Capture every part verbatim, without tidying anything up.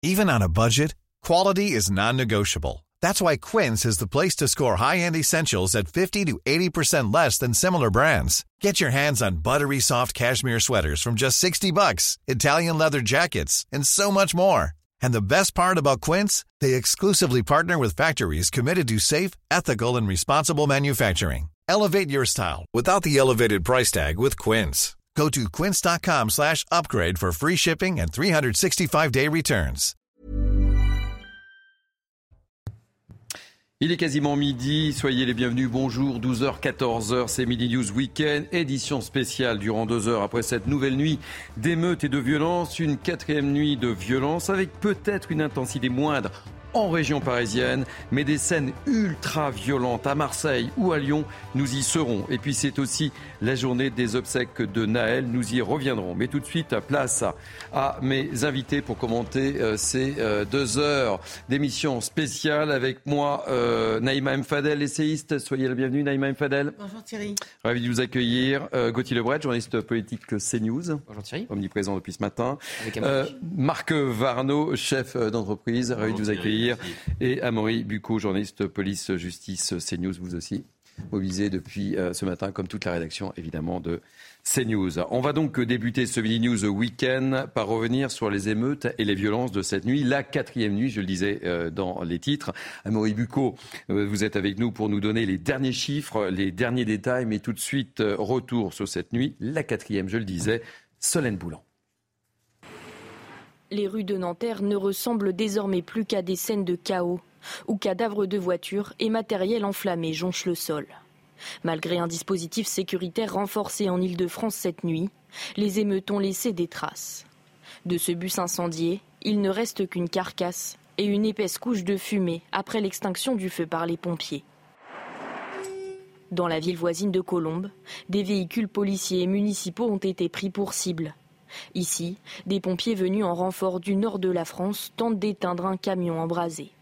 Even on a budget, quality is non-negotiable. That's why Quince is the place to score high-end essentials at fifty to eighty percent less than similar brands. Get your hands on buttery soft cashmere sweaters from just sixty bucks, Italian leather jackets, and so much more. And the best part about Quince, they exclusively partner with factories committed to safe, ethical, and responsible manufacturing. Elevate your style without the elevated price tag with Quince. Go to quince.com slash upgrade for free shipping and three sixty-five day returns. Il est quasiment midi, soyez les bienvenus, bonjour, douze heures, quatorze heures, c'est Midi News Weekend, édition spéciale durant deux heures après cette nouvelle nuit d'émeutes et de violence, une quatrième nuit de violence avec peut-être une intensité moindre en région parisienne, mais des scènes ultra violentes à Marseille ou à Lyon, nous y serons. Et puis c'est aussi la journée des obsèques de Naël, nous y reviendrons. Mais tout de suite, place à, à mes invités pour commenter euh, ces euh, deux heures d'émission spéciale. Avec moi, euh, Naïma M. Fadel, essayiste. Soyez la bienvenue, Naïma M. Fadel. Bonjour Thierry. Ravi de vous accueillir. Euh, Gauthier Lebret, journaliste politique CNews. Bonjour Thierry. Omniprésent depuis ce matin. Euh, Marc Varnaud, chef d'entreprise. Ravi de vous accueillir. Et Amaury Bucco, journaliste police-justice CNews, vous aussi, mobilisé depuis euh, ce matin, comme toute la rédaction évidemment de CNews. On va donc débuter ce Midi News Week-end par revenir sur les émeutes et les violences de cette nuit, la quatrième nuit, je le disais euh, dans les titres. Amaury Bucco, euh, vous êtes avec nous pour nous donner les derniers chiffres, les derniers détails, mais tout de suite, euh, retour sur cette nuit, la quatrième, je le disais, Solène Boulan. Les rues de Nanterre ne ressemblent désormais plus qu'à des scènes de chaos, où cadavres de voitures et matériel enflammé jonchent le sol. Malgré un dispositif sécuritaire renforcé en Île-de-France cette nuit, les émeutes ont laissé des traces. De ce bus incendié, il ne reste qu'une carcasse et une épaisse couche de fumée après l'extinction du feu par les pompiers. Dans la ville voisine de Colombes, des véhicules policiers et municipaux ont été pris pour cible. Ici, des pompiers venus en renfort du nord de la France tentent d'éteindre un camion embrasé.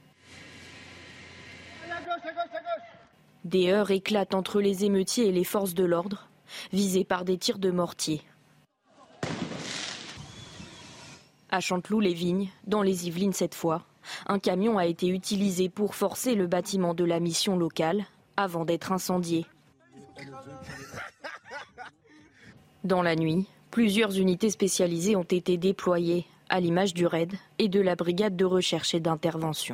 Des heurts éclatent entre les émeutiers et les forces de l'ordre, visés par des tirs de mortier. À Chanteloup-les-Vignes, dans les Yvelines cette fois, un camion a été utilisé pour forcer le bâtiment de la mission locale avant d'être incendié. Dans la nuit, plusieurs unités spécialisées ont été déployées, à l'image du R A I D et de la brigade de recherche et d'intervention.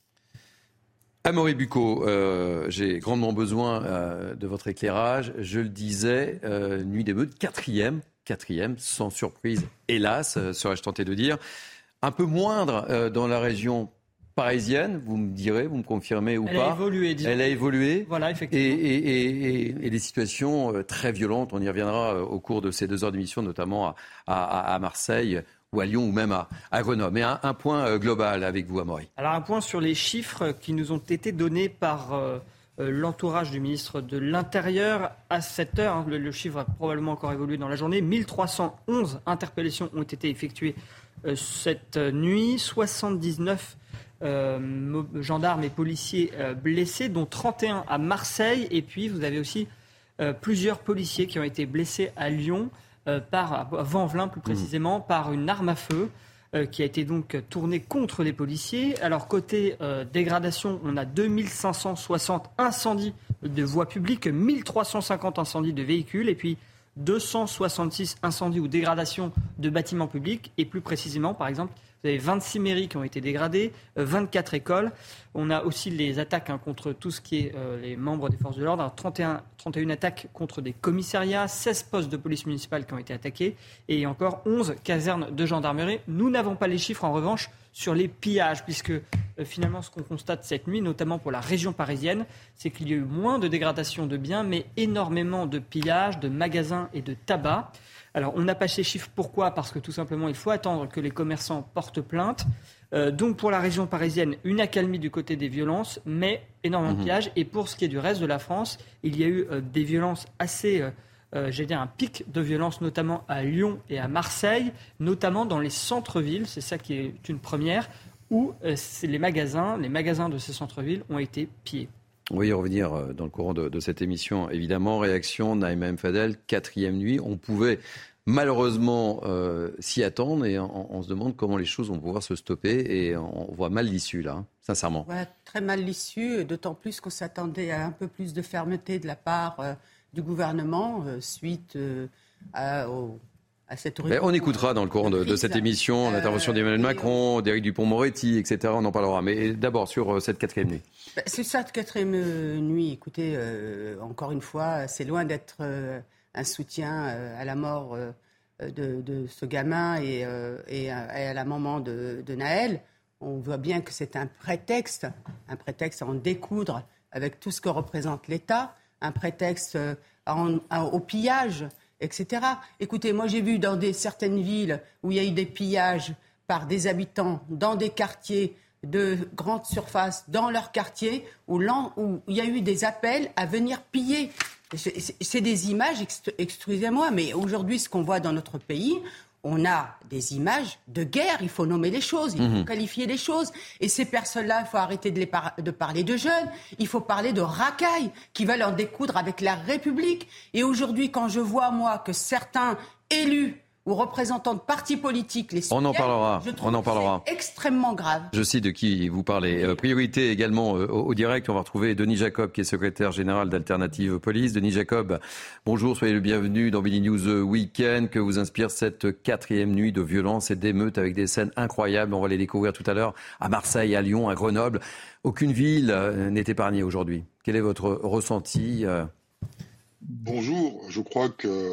Amaury Bucco, euh, j'ai grandement besoin euh, de votre éclairage. Je le disais, euh, nuit d'émeute, quatrième, quatrième, sans surprise, hélas, euh, serais-je tenté de dire. Un peu moindre euh, dans la région parisienne, vous me direz, vous me confirmez ou Elle pas. Elle a évolué, disons. Elle a évolué. Voilà, effectivement. Et, et, et, et des situations euh, très violentes, on y reviendra euh, au cours de ces deux heures d'émission, notamment à, à, à Marseille, ou à Lyon, ou même à, à Grenoble. Mais un, un point euh, global avec vous, Amaury. Alors un point sur les chiffres qui nous ont été donnés par euh, euh, l'entourage du ministre de l'Intérieur à sept heures. Hein, le, le chiffre a probablement encore évolué dans la journée. mille trois cent onze interpellations ont été effectuées euh, cette nuit. soixante-dix-neuf euh, gendarmes et policiers euh, blessés, dont trente et un à Marseille. Et puis vous avez aussi euh, plusieurs policiers qui ont été blessés à Lyon. Euh, par, à Vanvelin plus précisément, mmh. par une arme à feu euh, qui a été donc tournée contre les policiers. Alors côté euh, dégradation, on a deux mille cinq cent soixante incendies de voies publiques, mille trois cent cinquante incendies de véhicules et puis deux cent soixante-six incendies ou dégradations de bâtiments publics. Et plus précisément, par exemple, vous avez vingt-six mairies qui ont été dégradées, vingt-quatre écoles. On a aussi les attaques hein, contre tout ce qui est euh, les membres des forces de l'ordre. Alors, trente et un, trente et une attaques contre des commissariats, seize postes de police municipale qui ont été attaqués et encore onze casernes de gendarmerie. Nous n'avons pas les chiffres en revanche sur les pillages puisque euh, finalement ce qu'on constate cette nuit, notamment pour la région parisienne, c'est qu'il y a eu moins de dégradation de biens mais énormément de pillages, de magasins et de tabac. Alors, on n'a pas ces chiffres. Pourquoi ? Parce que tout simplement, il faut attendre que les commerçants portent plainte. Euh, donc, pour la région parisienne, une accalmie du côté des violences, mais énormément de pillages. Et pour ce qui est du reste de la France, il y a eu euh, des violences assez, euh, euh, j'ai dit un pic de violence, notamment à Lyon et à Marseille, notamment dans les centres-villes. C'est ça qui est une première, où euh, c'est les magasins, les magasins de ces centres-villes ont été pillés. On va y revenir dans le courant de, de cette émission. Évidemment, réaction, Naïma M. Fadel, quatrième nuit. On pouvait malheureusement euh, s'y attendent et on, on se demande comment les choses vont pouvoir se stopper et on voit mal l'issue là, hein, sincèrement. Ouais, très mal l'issue, d'autant plus qu'on s'attendait à un peu plus de fermeté de la part euh, du gouvernement euh, suite euh, à, au, à cette Mais on écoutera dans le cours de, de cette émission euh, l'intervention d'Emmanuel Macron, on... d'Éric Dupond-Moretti, et cetera. On en parlera. Mais d'abord sur euh, cette quatrième nuit. Bah, c'est cette quatrième euh, nuit. Écoutez, euh, encore une fois, c'est loin d'être euh, un soutien euh, à la mort euh, de, de ce gamin et, euh, et, à, et à la maman de, de Naël. On voit bien que c'est un prétexte, un prétexte à en découdre avec tout ce que représente l'État, un prétexte à en, à, au pillage, et cetera. Écoutez, moi j'ai vu dans des, certaines villes où il y a eu des pillages par des habitants dans des quartiers de grande surface, dans leur quartier, où, où il y a eu des appels à venir piller. C'est, c'est, c'est des images, excusez-moi, mais aujourd'hui ce qu'on voit dans notre pays, on a des images de guerre, il faut nommer les choses, il faut mmh. qualifier les choses. Et ces personnes-là, il faut arrêter de, les par- de parler de jeunes, il faut parler de racailles qui veulent en découdre avec la République. Et aujourd'hui, quand je vois, moi, que certains élus ou représentants de partis politiques les soutiennent, on en parlera. je trouve on en parlera. que c'est extrêmement grave. Je sais de qui vous parlez. Euh, priorité également euh, au, au direct, on va retrouver Denis Jacob qui est secrétaire général d'Alternative Police. Denis Jacob, bonjour, soyez le bienvenu dans Midi News Weekend. Que vous inspire cette quatrième nuit de violence et d'émeutes avec des scènes incroyables. On va les découvrir tout à l'heure à Marseille, à Lyon, à Grenoble. Aucune ville euh, n'est épargnée aujourd'hui. Quel est votre ressenti euh... Bonjour, je crois que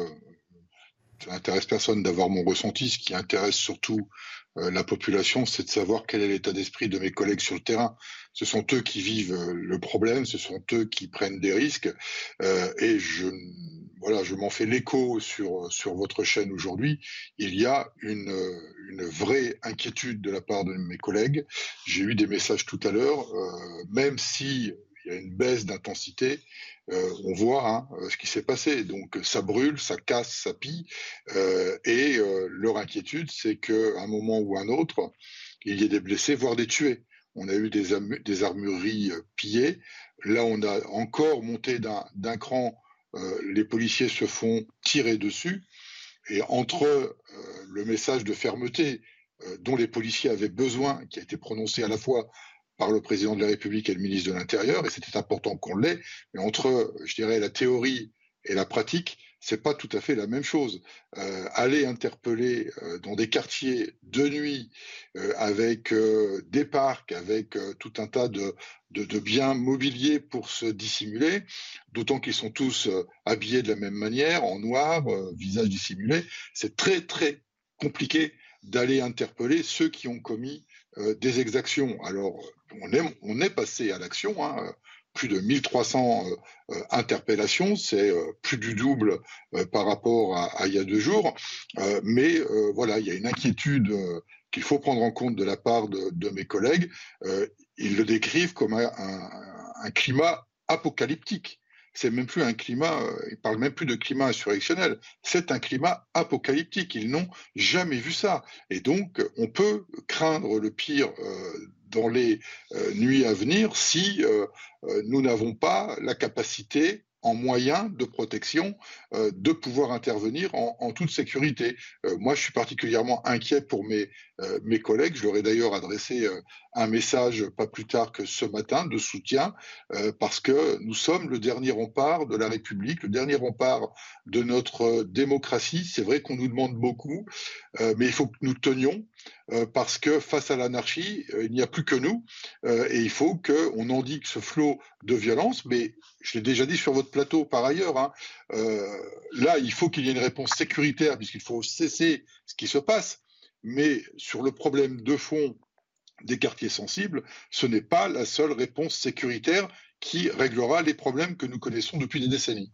ça n'intéresse personne d'avoir mon ressenti. Ce qui intéresse surtout euh, la population, c'est de savoir quel est l'état d'esprit de mes collègues sur le terrain. Ce sont eux qui vivent euh, le problème, ce sont eux qui prennent des risques. Euh, et je, voilà, je m'en fais l'écho sur sur votre chaîne aujourd'hui. Il y a une une vraie inquiétude de la part de mes collègues. J'ai eu des messages tout à l'heure, euh, même si il y a une baisse d'intensité. Euh, on voit hein, ce qui s'est passé. Donc ça brûle, ça casse, ça pille. Euh, et euh, leur inquiétude, c'est qu'à un moment ou un autre, il y ait des blessés, voire des tués. On a eu des, am- des armureries euh, pillées. Là, on a encore monté d'un, d'un cran. Euh, les policiers se font tirer dessus. Et entre euh, le message de fermeté euh, dont les policiers avaient besoin, qui a été prononcé à la fois par le président de la République et le ministre de l'Intérieur, et c'était important qu'on l'ait, mais entre, je dirais, la théorie et la pratique, c'est pas tout à fait la même chose. Euh, aller interpeller euh, dans des quartiers de nuit, euh, avec euh, des parcs, avec euh, tout un tas de, de, de biens mobiliers pour se dissimuler, d'autant qu'ils sont tous euh, habillés de la même manière, en noir, euh, visage dissimulé, c'est très très compliqué d'aller interpeller ceux qui ont commis euh, des exactions. Alors, on est, on est passé à l'action, hein, plus de mille trois cents euh, euh, interpellations, c'est euh, plus du double euh, par rapport à, à il y a deux jours, euh, mais euh, voilà, il y a une inquiétude euh, qu'il faut prendre en compte de la part de, de mes collègues. Euh, ils le décrivent comme un, un, un climat apocalyptique. C'est même plus un climat, euh, ils parlent même plus de climat insurrectionnel, c'est un climat apocalyptique, ils n'ont jamais vu ça. Et donc, on peut craindre le pire euh, dans les euh, nuits à venir si euh, euh, nous n'avons pas la capacité en moyens de protection euh, de pouvoir intervenir en, en toute sécurité. Euh, moi, je suis particulièrement inquiet pour mes, euh, mes collègues. Je leur ai d'ailleurs adressé euh, un message pas plus tard que ce matin de soutien euh, parce que nous sommes le dernier rempart de la République, le dernier rempart de notre démocratie. C'est vrai qu'on nous demande beaucoup, euh, mais il faut que nous tenions euh, parce que face à l'anarchie, euh, il n'y a plus que nous euh, et il faut qu'on endigue ce flot de violence. Mais je l'ai déjà dit sur votre plateau par ailleurs, hein, euh, là, il faut qu'il y ait une réponse sécuritaire puisqu'il faut cesser ce qui se passe. Mais sur le problème de fond des quartiers sensibles, ce n'est pas la seule réponse sécuritaire qui réglera les problèmes que nous connaissons depuis des décennies.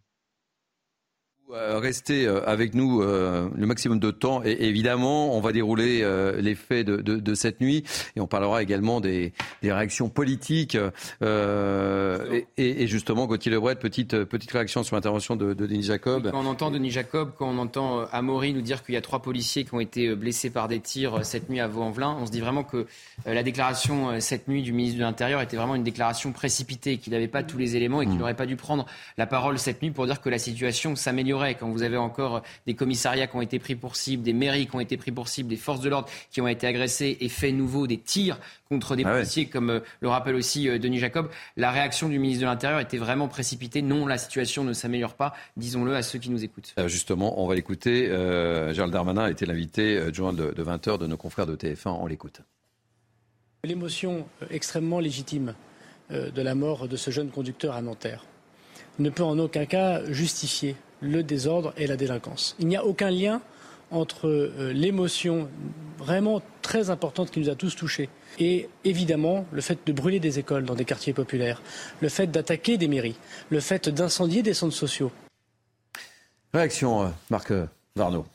Restez avec nous euh, le maximum de temps et évidemment on va dérouler euh, les faits de, de, de cette nuit et on parlera également des, des réactions politiques euh, et, et justement Gauthier Lebret, petite, petite réaction sur l'intervention de, de Denis Jacob. Oui, quand on entend Denis Jacob, quand on entend Amaury nous dire qu'il y a trois policiers qui ont été blessés par des tirs cette nuit à Vaux-en-Velin, on se dit vraiment que la déclaration cette nuit du ministre de l'Intérieur était vraiment une déclaration précipitée, qu'il n'avait pas tous les éléments et qu'il n'aurait pas dû prendre la parole cette nuit pour dire que la situation s'améliore. s'améliorait, quand vous avez encore des commissariats qui ont été pris pour cible, des mairies qui ont été pris pour cible, des forces de l'ordre qui ont été agressées et fait nouveau des tirs contre des ah policiers, ouais. comme euh, le rappelle aussi euh, Denis Jacob, la réaction du ministre de l'Intérieur était vraiment précipitée. Non, la situation ne s'améliore pas, disons-le à ceux qui nous écoutent. Euh, justement, on va l'écouter. Euh, Gérald Darmanin était l'invité euh, joint de, de vingt heures de nos confrères de T F un. On l'écoute. L'émotion extrêmement légitime euh, de la mort de ce jeune conducteur à Nanterre ne peut en aucun cas justifier le désordre et la délinquance. Il n'y a aucun lien entre euh, l'émotion vraiment très importante qui nous a tous touchés et évidemment le fait de brûler des écoles dans des quartiers populaires, le fait d'attaquer des mairies, le fait d'incendier des centres sociaux. Réaction, euh, Marc Varnaud.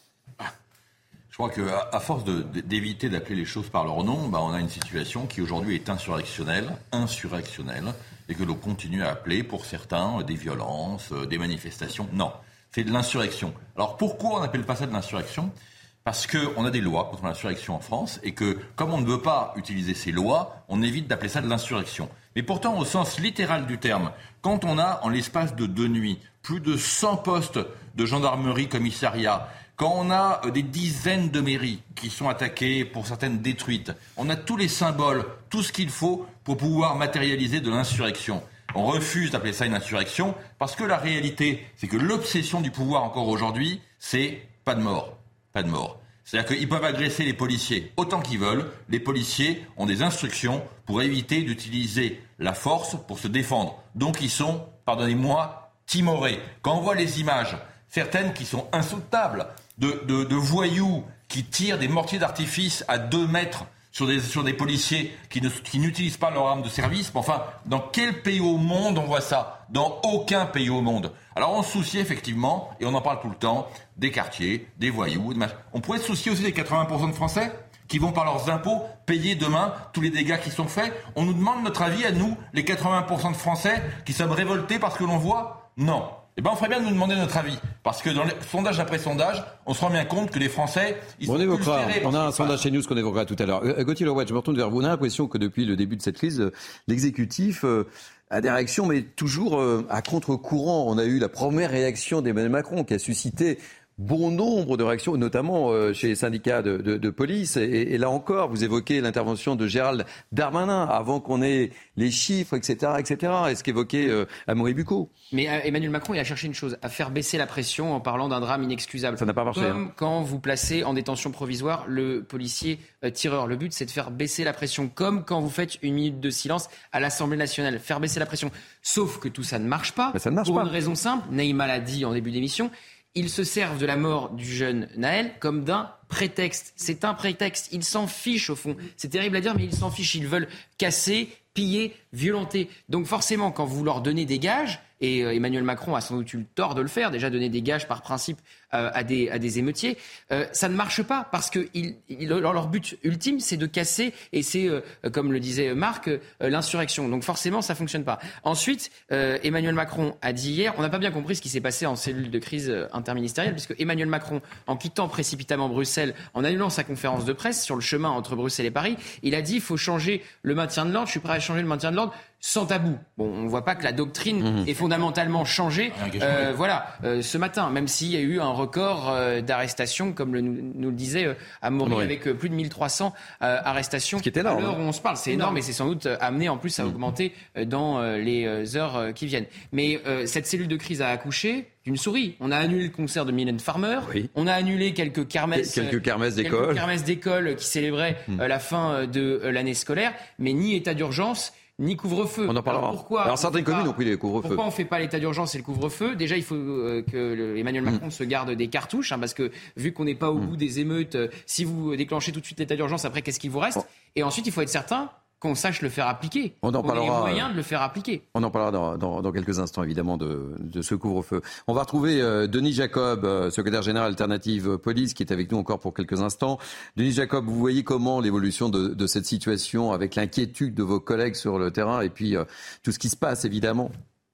Je crois qu'à à force de, d'éviter d'appeler les choses par leur nom, bah on a une situation qui aujourd'hui est insurrectionnelle, insurrectionnelle, et que l'on continue à appeler pour certains des violences, des manifestations. Non, c'est de l'insurrection. Alors pourquoi on n'appelle pas ça de l'insurrection ? Parce qu'on a des lois contre l'insurrection en France et que, comme on ne veut pas utiliser ces lois, on évite d'appeler ça de l'insurrection. Mais pourtant, au sens littéral du terme, quand on a, en l'espace de deux nuits, plus de cent postes de gendarmerie, commissariat, quand on a des dizaines de mairies qui sont attaquées, pour certaines détruites, on a tous les symboles, tout ce qu'il faut pour pouvoir matérialiser de l'insurrection. On refuse d'appeler ça une insurrection parce que la réalité, c'est que l'obsession du pouvoir encore aujourd'hui, c'est pas de mort. Pas de mort. C'est-à-dire qu'ils peuvent agresser les policiers autant qu'ils veulent. Les policiers ont des instructions pour éviter d'utiliser la force pour se défendre. Donc ils sont, pardonnez-moi, timorés. Quand on voit les images, certaines qui sont insoutenables, de, de, de voyous qui tirent des mortiers d'artifice à deux mètres sur des, sur des policiers qui, ne, qui n'utilisent pas leur arme de service. Mais enfin, dans quel pays au monde on voit ça ? Dans aucun pays au monde. Alors on se soucie effectivement, et on en parle tout le temps, des quartiers, des voyous. Des on pourrait se soucier aussi des quatre-vingts pour cent de Français qui vont par leurs impôts payer demain tous les dégâts qui sont faits. On nous demande notre avis à nous, les quatre-vingts pour cent de Français qui sommes révoltés parce que l'on voit ? Non. Eh ben, on ferait bien de nous demander notre avis. Parce que dans les, sondage après sondage, on se rend bien compte que les Français, ils bon, sont on évoquera, on a un sondage passe. chez nous, ce qu'on évoquera tout à l'heure. Euh, Gauthier Leroy, je me retourne vers vous. On a l'impression que depuis le début de cette crise, euh, l'exécutif euh, a des réactions, mais toujours euh, à contre-courant. On a eu la première réaction d'Emmanuel Macron qui a suscité bon nombre de réactions, notamment euh, chez les syndicats de, de, de police. Et, et là encore, vous évoquez l'intervention de Gérald Darmanin avant qu'on ait les chiffres, et cetera, et cetera. Et ce qu'évoquait euh, Amaury Bucco. Mais euh, Emmanuel Macron, il a cherché une chose, à faire baisser la pression en parlant d'un drame inexcusable. Ça n'a pas marché. Comme hein. quand vous placez en détention provisoire le policier euh, tireur. Le but, c'est de faire baisser la pression, comme quand vous faites une minute de silence à l'Assemblée nationale. Faire baisser la pression. Sauf que tout ça ne marche pas. Mais ça ne marche pour pas. une raison simple. Naïma l'a dit en début d'émission. Ils se servent de la mort du jeune Naël comme d'un prétexte. C'est un prétexte. Ils s'en fichent au fond. C'est terrible à dire, mais ils s'en fichent. Ils veulent casser, piller, violenter. Donc forcément, quand vous leur donnez des gages, et euh, Emmanuel Macron a sans doute eu le tort de le faire, déjà donner des gages par principe euh, à, des, à des émeutiers, euh, ça ne marche pas parce que ils, ils, leur, leur but ultime, c'est de casser, et c'est, euh, comme le disait Marc, euh, l'insurrection. Donc forcément, ça ne fonctionne pas. Ensuite, euh, Emmanuel Macron a dit hier, on n'a pas bien compris ce qui s'est passé en cellule de crise interministérielle, puisque Emmanuel Macron, en quittant précipitamment Bruxelles, en annulant sa conférence de presse sur le chemin entre Bruxelles et Paris, il a dit il faut changer le maintien de l'ordre, je suis prêt à changer le maintien de l'ordre sans tabou. Bon, on ne voit pas que la doctrine mmh. est fondamentalement changée euh, voilà, euh, ce matin, même s'il y a eu un record euh, d'arrestations, comme le, nous, nous le disait euh, Amaury, oui. avec euh, plus de mille trois cents euh, arrestations. Ce qui est énorme. À l'heure où on se parle, c'est énorme, et c'est sans doute amené en plus à mmh. augmenter euh, dans euh, les euh, heures euh, qui viennent. Mais euh, cette cellule de crise a accouché d'une souris. On a annulé le concert de Mylène Farmer, oui. on a annulé quelques kermesses, quelques kermesses d'école, quelques kermesses d'école qui célébraient mmh. euh, la fin de euh, l'année scolaire, mais ni état d'urgence, ni couvre-feu. On en parlera. Alors, pourquoi Alors certaines communes ont pris les couvre-feux. Pourquoi on ne fait pas l'état d'urgence et le couvre-feu ? Déjà, il faut euh, que le, Emmanuel Macron mmh. se garde des cartouches, hein, parce que vu qu'on n'est pas au mmh. bout des émeutes, euh, si vous déclenchez tout de suite l'état d'urgence, après, qu'est-ce qu'il vous reste ? oh. Et ensuite, il faut être certain qu'on sache le faire appliquer. On en parlera. On a les moyens de le faire appliquer. On en parlera dans, dans, dans quelques instants, évidemment, de, de ce couvre-feu. On va retrouver euh, Denis Jacob, euh, secrétaire général Alternative Police, qui est avec nous encore pour quelques instants. Denis Jacob, vous voyez comment l'évolution de, de cette situation, avec l'inquiétude de vos collègues sur le terrain, et puis euh, tout ce qui se passe, évidemment.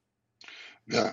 Bien.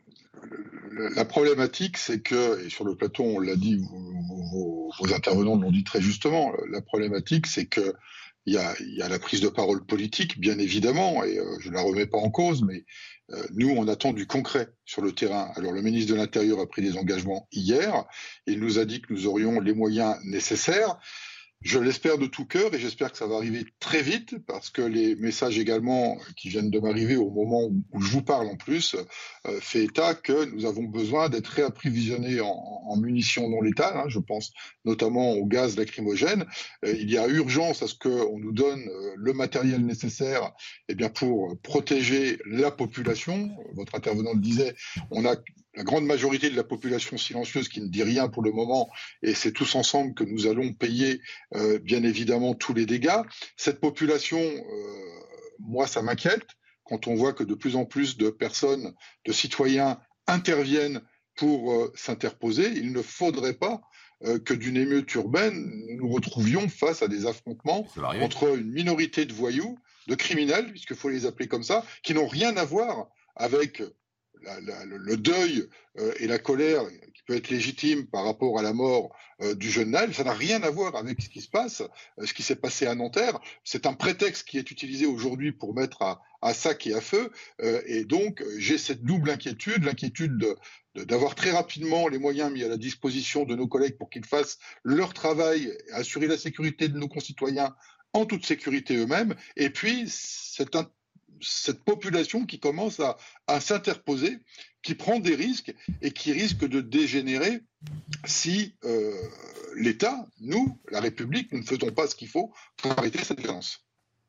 La problématique, c'est que, et sur le plateau, on l'a dit, vos, vos, vos intervenants l'ont dit très justement, la problématique, c'est que il y a, il y a la prise de parole politique, bien évidemment, et euh, je ne la remets pas en cause, mais euh, nous, on attend du concret sur le terrain. Alors, le ministre de l'Intérieur a pris des engagements hier. Il nous a dit que nous aurions les moyens nécessaires. Je l'espère de tout cœur et j'espère que ça va arriver très vite parce que les messages également qui viennent de m'arriver au moment où, où je vous parle en plus euh, fait état que nous avons besoin d'être réapprovisionnés en, en munitions non létales. Hein, je pense notamment au gaz lacrymogène. Euh, il y a urgence à ce qu'on nous donne euh, le matériel nécessaire eh bien, pour protéger la population. Votre intervenant le disait, on a la grande majorité de la population silencieuse qui ne dit rien pour le moment, et c'est tous ensemble que nous allons payer euh, bien évidemment tous les dégâts. Cette population, euh, moi ça m'inquiète, quand on voit que de plus en plus de personnes, de citoyens interviennent pour euh, s'interposer. Il ne faudrait pas euh, que d'une émeute urbaine, nous nous retrouvions face à des affrontements entre une minorité de voyous, de criminels, puisqu'il faut les appeler comme ça, qui n'ont rien à voir avec La, la, le deuil euh, et la colère qui peut être légitime par rapport à la mort euh, du jeune Naël, ça n'a rien à voir avec ce qui se passe, euh, ce qui s'est passé à Nanterre. C'est un prétexte qui est utilisé aujourd'hui pour mettre à, à sac et à feu. Euh, et donc, j'ai cette double inquiétude, l'inquiétude de, de, d'avoir très rapidement les moyens mis à la disposition de nos collègues pour qu'ils fassent leur travail, assurer la sécurité de nos concitoyens en toute sécurité eux-mêmes. Et puis, c'est un cette population qui commence à, à s'interposer, qui prend des risques et qui risque de dégénérer si euh, l'État, nous, la République, nous ne faisons pas ce qu'il faut pour arrêter cette violence.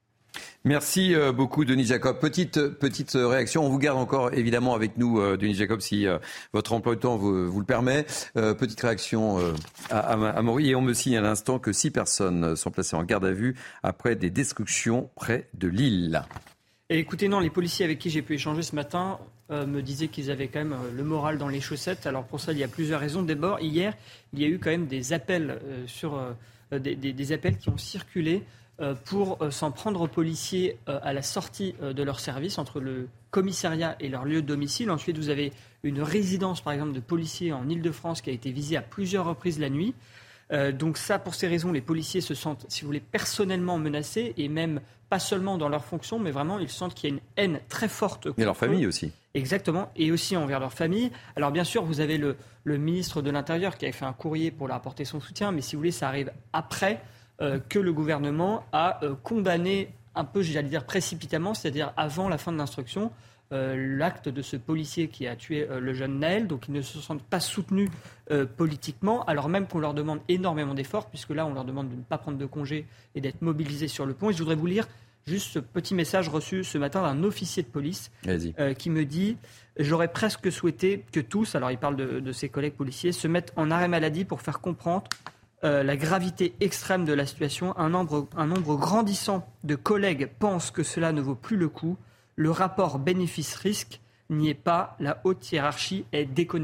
Merci beaucoup, Denis Jacob. Petite, petite réaction. On vous garde encore évidemment avec nous, Denis Jacob, si euh, votre emploi du temps vous, vous le permet. Euh, petite réaction euh, à, à, à Maury. Et on me signe à l'instant que six personnes sont placées en garde à vue après des destructions près de Lille. Et écoutez, non, les policiers avec qui j'ai pu échanger ce matin euh, me disaient qu'ils avaient quand même euh, le moral dans les chaussettes. Alors pour ça, il y a plusieurs raisons. D'abord, hier, il y a eu quand même des appels euh, sur euh, des, des, des appels qui ont circulé euh, pour euh, s'en prendre aux policiers euh, à la sortie euh, de leur service entre le commissariat et leur lieu de domicile. Ensuite, vous avez une résidence, par exemple, de policiers en Ile-de-France qui a été visée à plusieurs reprises la nuit. Euh, donc ça, pour ces raisons, les policiers se sentent, si vous voulez, personnellement menacés et même pas seulement dans leur fonction, mais vraiment, ils sentent qu'il y a une haine très forte. Et leur famille aussi. Exactement, et aussi envers leur famille. Alors bien sûr, vous avez le, le ministre de l'Intérieur qui a fait un courrier pour leur apporter son soutien, mais si vous voulez, ça arrive après euh, que le gouvernement a euh, condamné un peu, j'allais dire précipitamment, c'est-à-dire avant la fin de l'instruction, Euh, l'acte de ce policier qui a tué euh, le jeune Naël. Donc ils ne se sentent pas soutenus euh, politiquement, alors même qu'on leur demande énormément d'efforts, puisque là on leur demande de ne pas prendre de congé et d'être mobilisés sur le pont. Et je voudrais vous lire juste ce petit message reçu ce matin d'un officier de police euh, qui me dit « J'aurais presque souhaité que tous, alors il parle de, de ses collègues policiers, se mettent en arrêt maladie pour faire comprendre euh, la gravité extrême de la situation. Un nombre, un nombre grandissant de collègues pensent que cela ne vaut plus le coup. Le rapport bénéfice-risque n'y est pas. La haute hiérarchie est déconnectée. »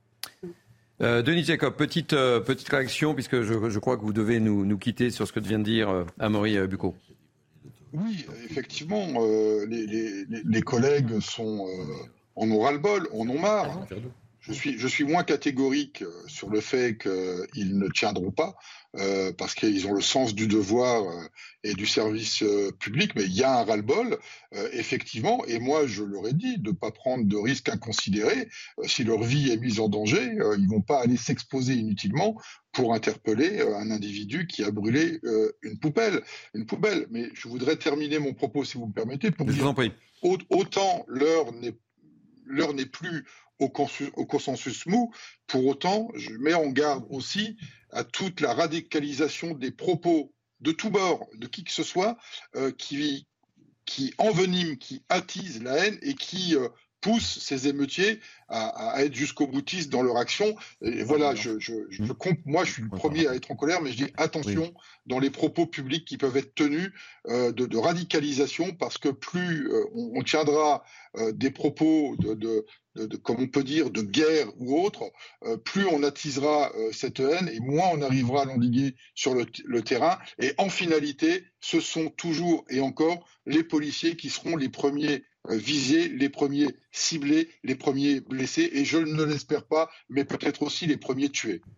Euh, Denis Jacob, petite, euh, petite réaction, puisque je, je crois que vous devez nous, nous quitter sur ce que vient de dire euh, Amaury euh, Bucco. Oui, effectivement, euh, les, les, les collègues sont, euh, en ont ras-le-bol, en ont marre. Je suis, je suis moins catégorique sur le fait qu'ils ne tiendront pas, euh, parce qu'ils ont le sens du devoir euh, et du service euh, public, mais il y a un ras-le-bol, euh, effectivement, et moi je leur ai dit de ne pas prendre de risques inconsidérés. Euh, si leur vie est mise en danger, euh, ils ne vont pas aller s'exposer inutilement pour interpeller euh, un individu qui a brûlé euh, une poubelle. Une poubelle. Mais je voudrais terminer mon propos, si vous me permettez, pour je dire vous en prie. Autant l'heure n'est, l'heure n'est plus Au consensus, au consensus mou. Pour autant, je mets en garde aussi à toute la radicalisation des propos de tous bords, de qui que ce soit, euh, qui, qui enveniment, qui attisent la haine et qui euh, poussent ces émeutiers à, à être jusqu'au boutiste dans leur action. Et voilà, je, je, je, je compte, moi je suis le premier à être en colère, mais je dis attention oui. dans les propos publics qui peuvent être tenus euh, de, de radicalisation, parce que plus euh, on, on tiendra euh, des propos de, de De, de, comme on peut dire, de guerre ou autre, euh, plus on attisera euh, cette haine et moins on arrivera à l'endiguer sur le, le terrain. Et en finalité, ce sont toujours et encore les policiers qui seront les premiers euh, visés, les premiers ciblés, les premiers blessés, et je ne l'espère pas, mais peut-être aussi les premiers tués.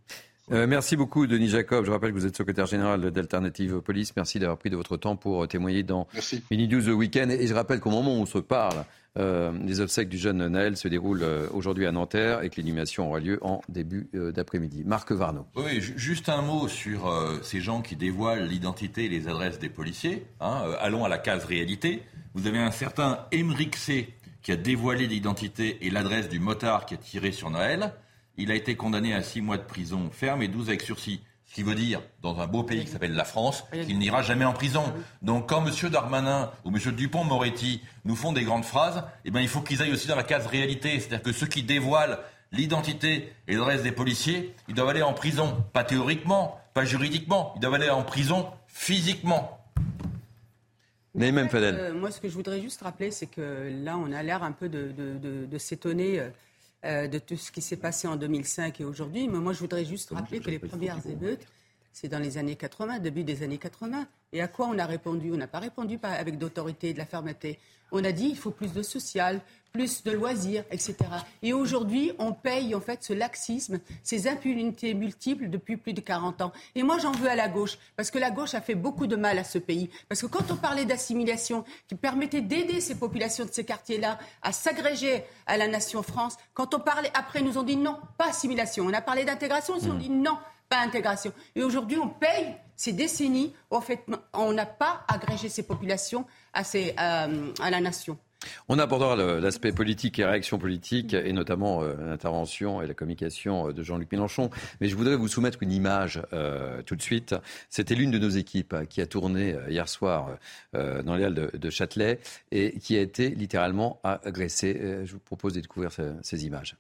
Euh, merci beaucoup, Denis Jacob. Je rappelle que vous êtes secrétaire général d'Alternative Police. Merci d'avoir pris de votre temps pour témoigner dans Mini News The Weekend. Et je rappelle qu'au moment où on se parle, euh, les obsèques du jeune Naël se déroulent euh, aujourd'hui à Nanterre et que l'inhumation aura lieu en début euh, d'après-midi. Marc Varno. Oui, juste un mot sur euh, ces gens qui dévoilent l'identité et les adresses des policiers. Hein. Euh, allons à la case réalité. Vous avez un certain Émeric C. qui a dévoilé l'identité et l'adresse du motard qui a tiré sur Naël. Il a été condamné à six mois de prison ferme et douze avec sursis. Ce qui veut dire, dans un beau pays qui s'appelle la France, qu'il n'ira jamais en prison. Donc quand M. Darmanin ou M. Dupond-Moretti nous font des grandes phrases, eh ben, il faut qu'ils aillent aussi dans la case réalité. C'est-à-dire que ceux qui dévoilent l'identité et l'adresse des policiers, ils doivent aller en prison. Pas théoriquement, pas juridiquement. Ils doivent aller en prison physiquement. Naïm Fadel. Euh, moi, ce que je voudrais juste rappeler, c'est que là, on a l'air un peu de, de, de, de s'étonner euh, de tout ce qui s'est passé en deux mille cinq et aujourd'hui. Mais moi, je voudrais juste rappeler que les premières émeutes, c'est dans les années quatre-vingts, début des années quatre-vingts. Et à quoi on a répondu ? On n'a pas répondu avec d'autorité et de la fermeté. On a dit il faut plus de social, plus de loisirs, et cetera. Et aujourd'hui, on paye en fait ce laxisme, ces impunités multiples depuis plus de quarante ans. Et moi, j'en veux à la gauche, parce que la gauche a fait beaucoup de mal à ce pays. Parce que quand on parlait d'assimilation, qui permettait d'aider ces populations de ces quartiers-là à s'agréger à la nation France, quand on parlait, après, ils nous ont dit non, pas assimilation. On a parlé d'intégration, ils nous ont dit non, pas intégration. Et aujourd'hui, on paye ces décennies où en fait, on n'a pas agrégé ces populations à, ces, euh, à la nation. On abordera l'aspect politique et réaction politique, et notamment euh, l'intervention et la communication de Jean-Luc Mélenchon. Mais je voudrais vous soumettre une image euh, tout de suite. C'était l'une de nos équipes qui a tourné euh, hier soir euh, dans les halles de, de Châtelet et qui a été littéralement agressée. Euh, je vous propose de découvrir ces, ces images.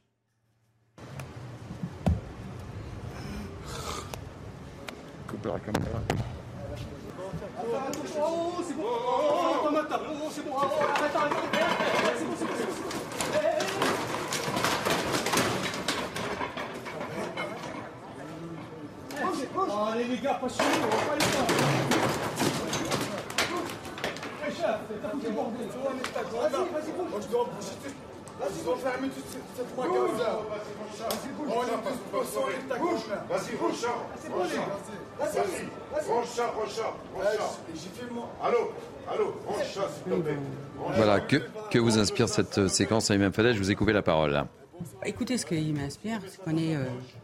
Couper la caméra. Oh, c'est bon. Oh, oh, c'est bon. Arrête, arrête. C'est bon, c'est bon, c'est bon. Oh, allez, les gars, pas chez nous, on va pas les faire. Hey, chef, t'as foutu le bordel. Vas-y, vas-y, bouge. Moi, je dois bouger. Vas-y, ils ont fermé toute cette fois. Vas-y, bouge. Bouge. Vas-y, bouge. C'est bon, les gars. Vas-y, vas-y. Rocha, Rocha, Rocha. J'ai fait moi. Allô, allô, Rocha, s'il te plaît. Voilà, que, que vous inspire cette séquence, Naïm Fadel ? Je vous ai coupé la parole, là. Écoutez, ce qui m'inspire, c'est qu'on est, euh,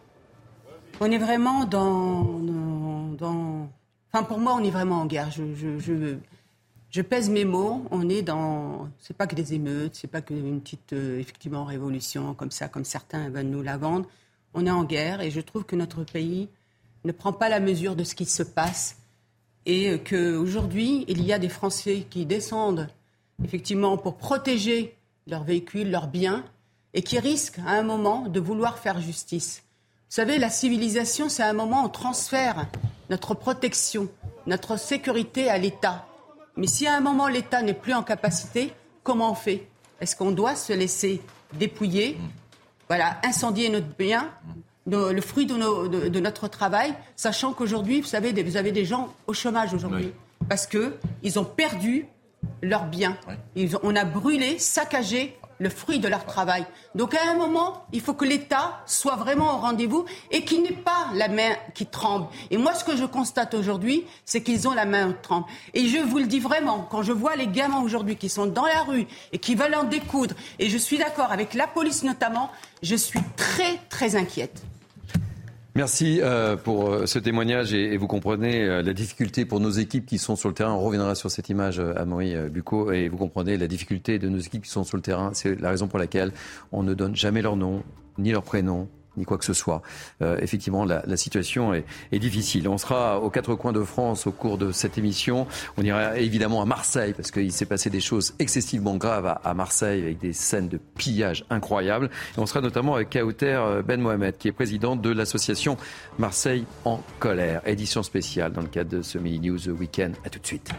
on est vraiment dans, dans, dans... Enfin, pour moi, on est vraiment en guerre. Je, je, je, je pèse mes mots. On est dans... C'est pas que des émeutes, c'est pas qu'une petite, euh, effectivement, révolution, comme ça, comme certains veulent nous la vendre. On est en guerre et je trouve que notre pays ne prend pas la mesure de ce qui se passe et qu'aujourd'hui, il y a des Français qui descendent effectivement pour protéger leurs véhicules, leurs biens et qui risquent à un moment de vouloir faire justice. Vous savez, la civilisation, c'est à un moment où on transfère notre protection, notre sécurité à l'État. Mais si à un moment l'État n'est plus en capacité, comment on fait ? Est-ce qu'on doit se laisser dépouiller, voilà, incendier notre bien ? De, le fruit de, nos, de, de notre travail, sachant qu'aujourd'hui, vous savez, vous avez des gens au chômage aujourd'hui, oui. Parce qu'ils ont perdu leurs biens. Oui. Ils ont, on a brûlé, saccagé le fruit de leur travail. Donc à un moment, il faut que l'État soit vraiment au rendez-vous et qu'il n'ait pas la main qui tremble. Et moi, ce que je constate aujourd'hui, c'est qu'ils ont la main qui tremble. Et je vous le dis vraiment, quand je vois les gamins aujourd'hui qui sont dans la rue et qui veulent en découdre, et je suis d'accord avec la police notamment, je suis très, très inquiète. Merci euh, pour euh, ce témoignage et, et vous comprenez euh, la difficulté pour nos équipes qui sont sur le terrain. On reviendra sur cette image, euh, Amaury euh, Bucco, et vous comprenez la difficulté de nos équipes qui sont sur le terrain. C'est la raison pour laquelle on ne donne jamais leur nom, ni leur prénom, ni quoi que ce soit. Euh, effectivement, la, la situation est, est difficile. On sera aux quatre coins de France au cours de cette émission. On ira évidemment à Marseille, parce qu'il s'est passé des choses excessivement graves à, à Marseille, avec des scènes de pillage incroyables. Et on sera notamment avec Kauter Ben Mohamed, qui est président de l'association Marseille en colère. Édition spéciale dans le cadre de ce Mini News Weekend. À tout de suite.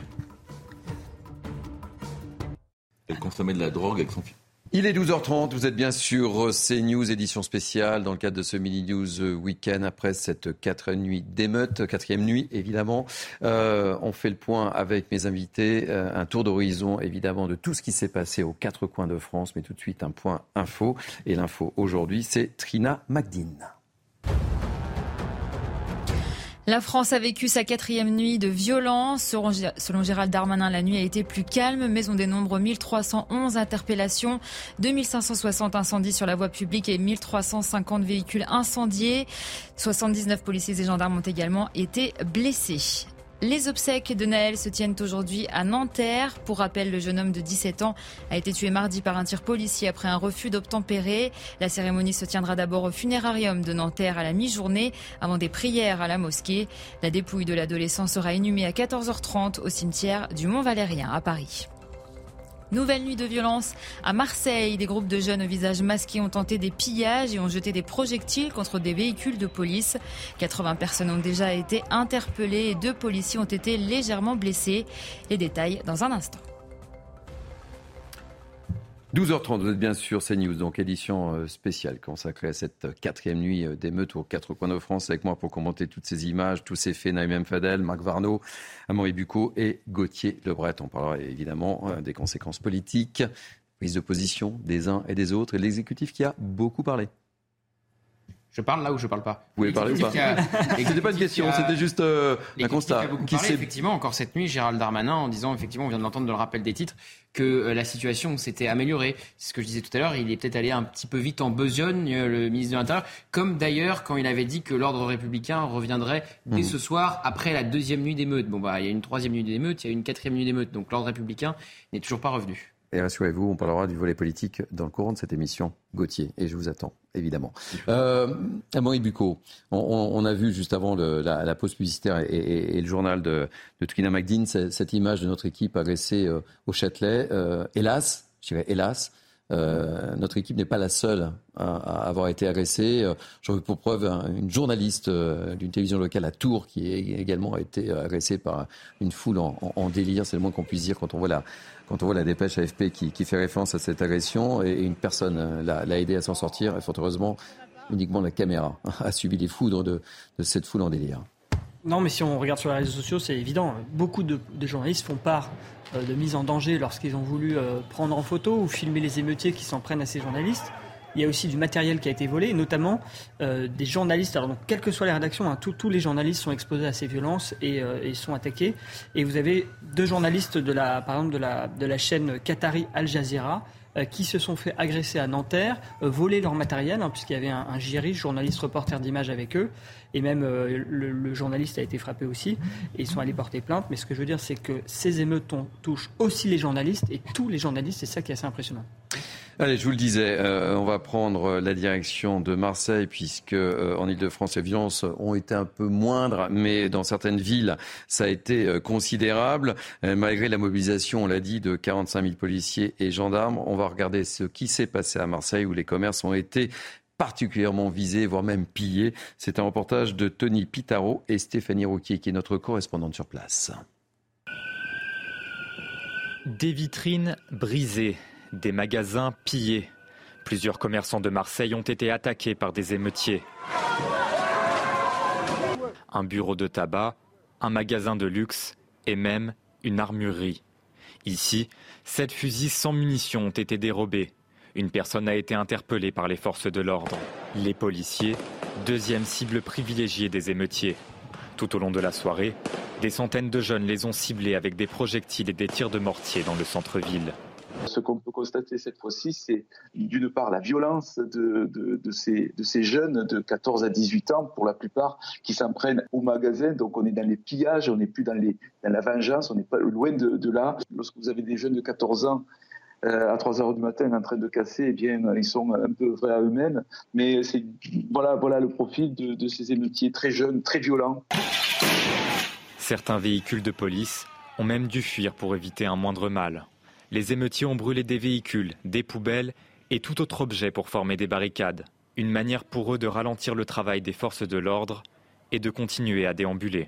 Elle consommait de la drogue avec son fils. Il est douze heures trente, vous êtes bien sur CNews, édition spéciale, dans le cadre de ce Mini News Weekend, après cette quatrième nuit d'émeute, quatrième nuit évidemment. Euh, on fait le point avec mes invités, euh, un tour d'horizon évidemment de tout ce qui s'est passé aux quatre coins de France, mais tout de suite un point info. Et l'info aujourd'hui, c'est Trina Magdine. La France a vécu sa quatrième nuit de violence. Selon Gérald Darmanin, la nuit a été plus calme, mais on dénombre mille trois cent onze interpellations, deux mille cinq cent soixante incendies sur la voie publique et mille trois cent cinquante véhicules incendiés. soixante-dix-neuf policiers et gendarmes ont également été blessés. Les obsèques de Nahel se tiennent aujourd'hui à Nanterre. Pour rappel, le jeune homme de dix-sept ans a été tué mardi par un tir policier après un refus d'obtempérer. La cérémonie se tiendra d'abord au funérarium de Nanterre à la mi-journée, avant des prières à la mosquée. La dépouille de l'adolescent sera inhumée à quatorze heures trente au cimetière du Mont-Valérien à Paris. Nouvelle nuit de violence à Marseille. Des groupes de jeunes au visage masqué ont tenté des pillages et ont jeté des projectiles contre des véhicules de police. quatre-vingts personnes ont déjà été interpellées et deux policiers ont été légèrement blessés. Les détails dans un instant. douze heures trente, vous êtes bien sûr CNews, donc édition spéciale consacrée à cette quatrième nuit d'émeute aux quatre coins de France. Avec moi pour commenter toutes ces images, tous ces faits, Naïm Fadel, Marc Varnaud, Amaury Bucco et Gauthier Lebret. On parlera évidemment des conséquences politiques, prise de position des uns et des autres et de l'exécutif qui a beaucoup parlé. Je parle là ou je parle pas? Vous voulez parler ou pas? C'était pas une question, a... c'était juste euh, un constat. A beaucoup qui parlé, effectivement, encore cette nuit, Gérald Darmanin, en disant, effectivement, on vient de l'entendre dans le rappel des titres, que euh, la situation s'était améliorée. C'est ce que je disais tout à l'heure, il est peut-être allé un petit peu vite en besogne, euh, le ministre de l'Intérieur, comme d'ailleurs quand il avait dit que l'ordre républicain reviendrait dès mmh. ce soir, après la deuxième nuit d'émeute. Bon, bah, il y a une troisième nuit d'émeute, il y a une quatrième nuit d'émeute, donc l'ordre républicain n'est toujours pas revenu. Et rassurez-vous, on parlera du volet politique dans le courant de cette émission, Gauthier, et je vous attends, évidemment. Euh, Amaury Bucco, on, on a vu juste avant le, la, la pause publicitaire et, et, et le journal de, de Twina McDean, cette image de notre équipe agressée euh, au Châtelet. Euh, hélas, je dirais hélas, euh, notre équipe n'est pas la seule à, à avoir été agressée. J'en veux pour preuve une journaliste euh, d'une télévision locale à Tours qui a également été agressée par une foule en, en, en délire. C'est le moins qu'on puisse dire quand on voit la... Quand on voit la dépêche A F P qui, qui fait référence à cette agression, et une personne l'a, l'a aidé à s'en sortir, et fort heureusement, uniquement la caméra a subi les foudres de, de cette foule en délire. Non, mais si on regarde sur les réseaux sociaux, c'est évident. Beaucoup de, de journalistes font part euh, de mise en danger lorsqu'ils ont voulu euh, prendre en photo ou filmer les émeutiers qui s'en prennent à ces journalistes. Il y a aussi du matériel qui a été volé, notamment euh, des journalistes. Alors, donc, quelles que soient les rédactions, hein, tous les journalistes sont exposés à ces violences et, euh, et sont attaqués. Et vous avez deux journalistes, de la, par exemple, de la, de la chaîne qatari Al Jazeera, euh, qui se sont fait agresser à Nanterre, euh, voler leur matériel, hein, puisqu'il y avait un, un J R I, journaliste reporter d'images avec eux. Et même euh, le, le journaliste a été frappé aussi. Et ils sont allés porter plainte. Mais ce que je veux dire, c'est que ces émeutes touchent aussi les journalistes, et tous les journalistes. C'est ça qui est assez impressionnant. Allez, je vous le disais, euh, on va prendre la direction de Marseille puisque euh, en Ile-de-France, les violences ont été un peu moindres, mais dans certaines villes, ça a été euh, considérable. Euh, malgré la mobilisation, on l'a dit, de quarante-cinq mille policiers et gendarmes, on va regarder ce qui s'est passé à Marseille où les commerces ont été particulièrement visés, voire même pillés. C'est un reportage de Tony Pitaro et Stéphanie Rouquier, qui est notre correspondante sur place. Des vitrines brisées. Des magasins pillés. Plusieurs commerçants de Marseille ont été attaqués par des émeutiers. Un bureau de tabac, un magasin de luxe et même une armurerie. Ici, sept fusils sans munitions ont été dérobés. Une personne a été interpellée par les forces de l'ordre. Les policiers, deuxième cible privilégiée des émeutiers. Tout au long de la soirée, des centaines de jeunes les ont ciblés avec des projectiles et des tirs de mortier dans le centre-ville. Ce qu'on peut constater cette fois-ci, c'est d'une part la violence de, de, de, ces, de ces jeunes de quatorze à dix-huit ans, pour la plupart, qui s'en prennent au magasin. Donc on est dans les pillages, on n'est plus dans, les, dans la vengeance, on n'est pas loin de, de là. Lorsque vous avez des jeunes de quatorze ans euh, à trois heures du matin en train de casser, eh bien, ils sont un peu vrais à eux-mêmes. Mais c'est, voilà, voilà le profil de, de ces émeutiers très jeunes, très violents. Certains véhicules de police ont même dû fuir pour éviter un moindre mal. Les émeutiers ont brûlé des véhicules, des poubelles et tout autre objet pour former des barricades. Une manière pour eux de ralentir le travail des forces de l'ordre et de continuer à déambuler.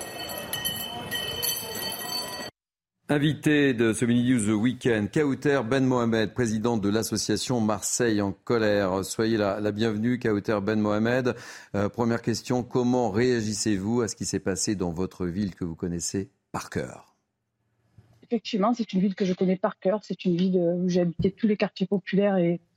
Invité de ce Mini News Weekend, Kauter Ben Mohamed, président de l'association Marseille en colère. Soyez la, la bienvenue, Kauter Ben Mohamed. Euh, première question, comment réagissez-vous à ce qui s'est passé dans votre ville que vous connaissez par cœur ? Effectivement, c'est une ville que je connais par cœur. C'est une ville où j'ai habité tous les quartiers populaires et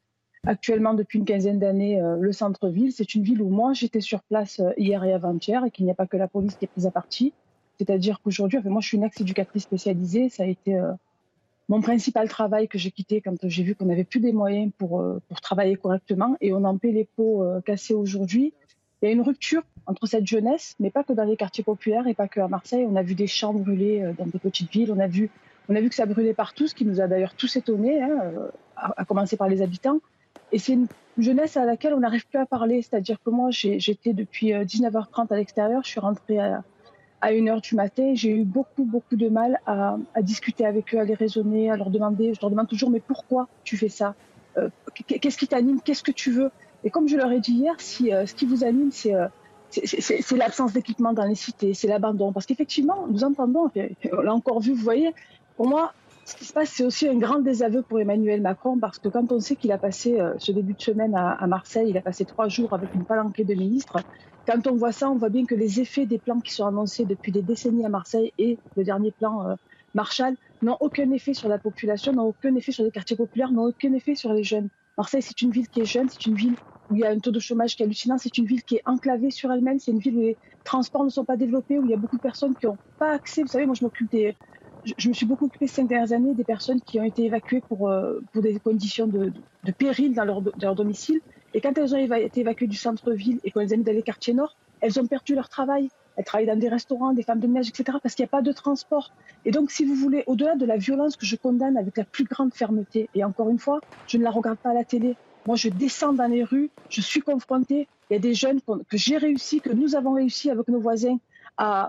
actuellement depuis une quinzaine d'années euh, le centre-ville. C'est une ville où moi j'étais sur place euh, hier et avant-hier et qu'il n'y a pas que la police qui est prise à partie. C'est-à-dire qu'aujourd'hui, enfin, moi je suis une ex-éducatrice spécialisée, ça a été euh, mon principal travail que j'ai quitté quand j'ai vu qu'on n'avait plus des moyens pour, euh, pour travailler correctement et on en paie les pots euh, cassés aujourd'hui. Il y a une rupture entre cette jeunesse, mais pas que dans les quartiers populaires et pas que à Marseille. On a vu des champs brûlés euh, dans des petites villes, on a vu, on a vu que ça brûlait partout, ce qui nous a d'ailleurs tous étonnés, hein, euh, à, à commencer par les habitants. Et c'est une jeunesse à laquelle on n'arrive plus à parler, c'est-à-dire que moi j'ai, j'étais depuis euh, dix-neuf heures trente à l'extérieur, je suis rentrée à à une heure du matin, j'ai eu beaucoup, beaucoup de mal à, à discuter avec eux, à les raisonner, à leur demander, je leur demande toujours, mais pourquoi tu fais ça euh, Qu'est-ce qui t'anime? Qu'est-ce que tu veux? Et comme je leur ai dit hier, si euh, ce qui vous anime, c'est, euh, c'est, c'est, c'est l'absence d'équipement dans les cités, c'est l'abandon. Parce qu'effectivement, nous entendons, on l'a encore vu, vous voyez, pour moi, ce qui se passe, c'est aussi un grand désaveu pour Emmanuel Macron, parce que quand on sait qu'il a passé euh, ce début de semaine à, à Marseille, il a passé trois jours avec une palanquée de ministres. Quand on voit ça, on voit bien que les effets des plans qui sont annoncés depuis des décennies à Marseille et le dernier plan euh, Marshall n'ont aucun effet sur la population, n'ont aucun effet sur les quartiers populaires, n'ont aucun effet sur les jeunes. Marseille, c'est une ville qui est jeune, c'est une ville où il y a un taux de chômage qui est hallucinant, c'est une ville qui est enclavée sur elle-même, c'est une ville où les transports ne sont pas développés, où il y a beaucoup de personnes qui n'ont pas accès. Vous savez, moi je m'occupe des... Je, je me suis beaucoup occupée ces cinq dernières années des personnes qui ont été évacuées pour, euh, pour des conditions de, de, de péril dans leur, dans leur domicile. Et quand elles ont éva- été évacuées du centre-ville et qu'on les a mis dans les quartiers nord, elles ont perdu leur travail. Elles travaillent dans des restaurants, des femmes de ménage, et cetera parce qu'il n'y a pas de transport. Et donc, si vous voulez, au-delà de la violence que je condamne avec la plus grande fermeté, et encore une fois, je ne la regarde pas à la télé. Moi, je descends dans les rues, je suis confrontée. Il y a des jeunes que j'ai réussi, que nous avons réussi avec nos voisins à,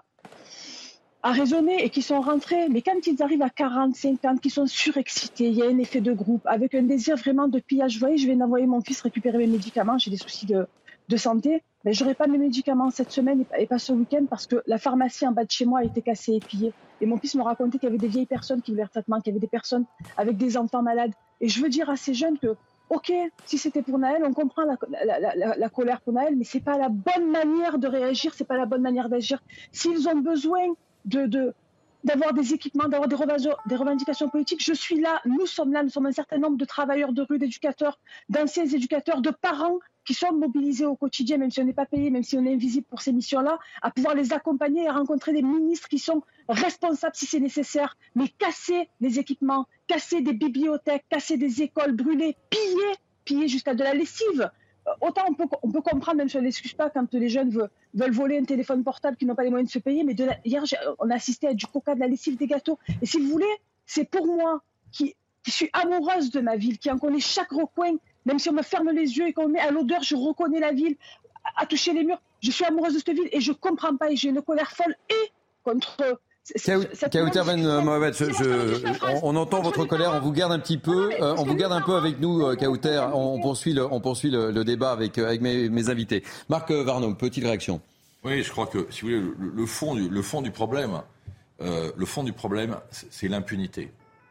à raisonner et qui sont rentrés. Mais quand ils arrivent à quarante, cinquante, qui sont surexcités, il y a un effet de groupe, avec un désir vraiment de pillage. Vous voyez, je viens d'envoyer mon fils récupérer mes médicaments, j'ai des soucis de, de santé. Mais je n'aurai pas mes médicaments cette semaine et pas ce week-end parce que la pharmacie en bas de chez moi a été cassée et pillée. Et mon fils me racontait qu'il y avait des vieilles personnes qui voulaient un traitement, qu'il y avait des personnes avec des enfants malades. Et je veux dire à ces jeunes que, ok, si c'était pour Naël, on comprend la, la, la, la, la colère pour Naël, mais c'est pas la bonne manière de réagir, c'est pas la bonne manière d'agir. S'ils ont besoin de, de, d'avoir des équipements, d'avoir des, des revendications politiques, je suis là, nous sommes là, nous sommes un certain nombre de travailleurs de rue, d'éducateurs, d'anciens éducateurs, de parents qui sont mobilisés au quotidien, même si on n'est pas payé, même si on est invisible pour ces missions-là, à pouvoir les accompagner et à rencontrer des ministres qui sont responsables si c'est nécessaire, mais casser les équipements, casser des bibliothèques, casser des écoles, brûler, piller, piller jusqu'à de la lessive. Autant on peut, on peut comprendre, même si on ne l'excuse pas, quand les jeunes veulent, veulent voler un téléphone portable qu'ils n'ont pas les moyens de se payer, mais de la, hier, on a assisté à du coca, de la lessive, des gâteaux. Et si vous voulez, c'est pour moi qui, qui suis amoureuse de ma ville, qui en connaît chaque recoin, même si on me ferme les yeux et qu'on me met à l'odeur, je reconnais la ville, à, à toucher les murs. Je suis amoureuse de cette ville et je ne comprends pas et j'ai une colère folle et contre... Kauter Ben Mohamed, je, je, on, on entend votre colère, on vous garde un petit peu, euh, on vous garde un peu avec nous, euh, Kauter. On, on poursuit le, on poursuit le, le débat avec, avec mes, mes invités. Marc Varnaud, petite réaction. Oui, je crois que, si vous voulez, le, le fond du, le fond du problème, euh, le fond du problème, c'est, c'est l'impunité.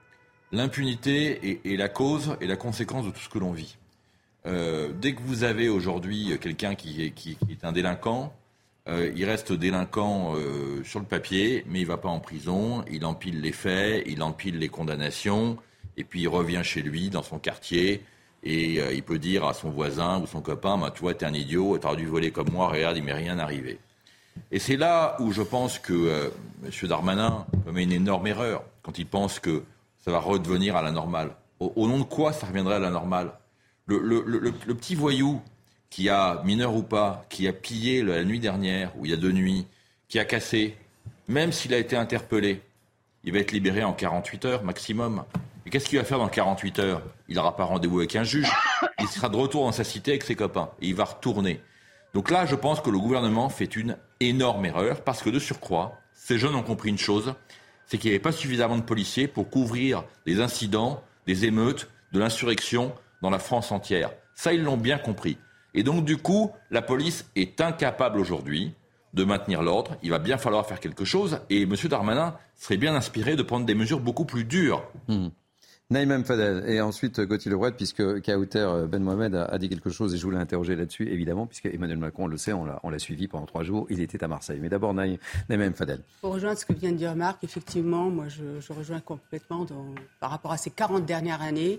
L'impunité est, est la cause et la conséquence de tout ce que l'on vit. Euh, dès que vous avez aujourd'hui quelqu'un qui est, qui, qui est un délinquant, euh, il reste délinquant euh, sur le papier, mais il ne va pas en prison, il empile les faits, il empile les condamnations, et puis il revient chez lui, dans son quartier, et euh, il peut dire à son voisin ou son copain, bah, « toi, t'es un idiot, t'aurais dû voler comme moi, regarde, il m'est rien arrivé ». Et c'est là où je pense que euh, M. Darmanin commet une énorme erreur, quand il pense que ça va redevenir à la normale. Au, au nom de quoi ça reviendrait à la normale ? Le, le, le, le petit voyou qui a, mineur ou pas, qui a pillé la nuit dernière, ou il y a deux nuits, qui a cassé, même s'il a été interpellé, il va être libéré en quarante-huit heures maximum. Et qu'est-ce qu'il va faire dans quarante-huit heures ? Il n'aura pas rendez-vous avec un juge, il sera de retour dans sa cité avec ses copains, et il va retourner. Donc là, je pense que le gouvernement fait une énorme erreur, parce que de surcroît, ces jeunes ont compris une chose, c'est qu'il n'y avait pas suffisamment de policiers pour couvrir les incidents, des émeutes, de l'insurrection dans la France entière. Ça, ils l'ont bien compris. Et donc, du coup, la police est incapable aujourd'hui de maintenir l'ordre. Il va bien falloir faire quelque chose. Et M. Darmanin serait bien inspiré de prendre des mesures beaucoup plus dures. Mmh. Naïm M. Fadel et ensuite Gauthier Lebret, puisque Kauter Ben Mohamed a, a dit quelque chose et je voulais interroger là-dessus, évidemment, puisque Emmanuel Macron, on le sait, on l'a, on l'a suivi pendant trois jours, il était à Marseille. Mais d'abord, Naïm, Naïm M. Fadel. Pour rejoindre ce que vient de dire Marc, effectivement, moi je, je rejoins complètement dans, par rapport à ces quarante dernières années.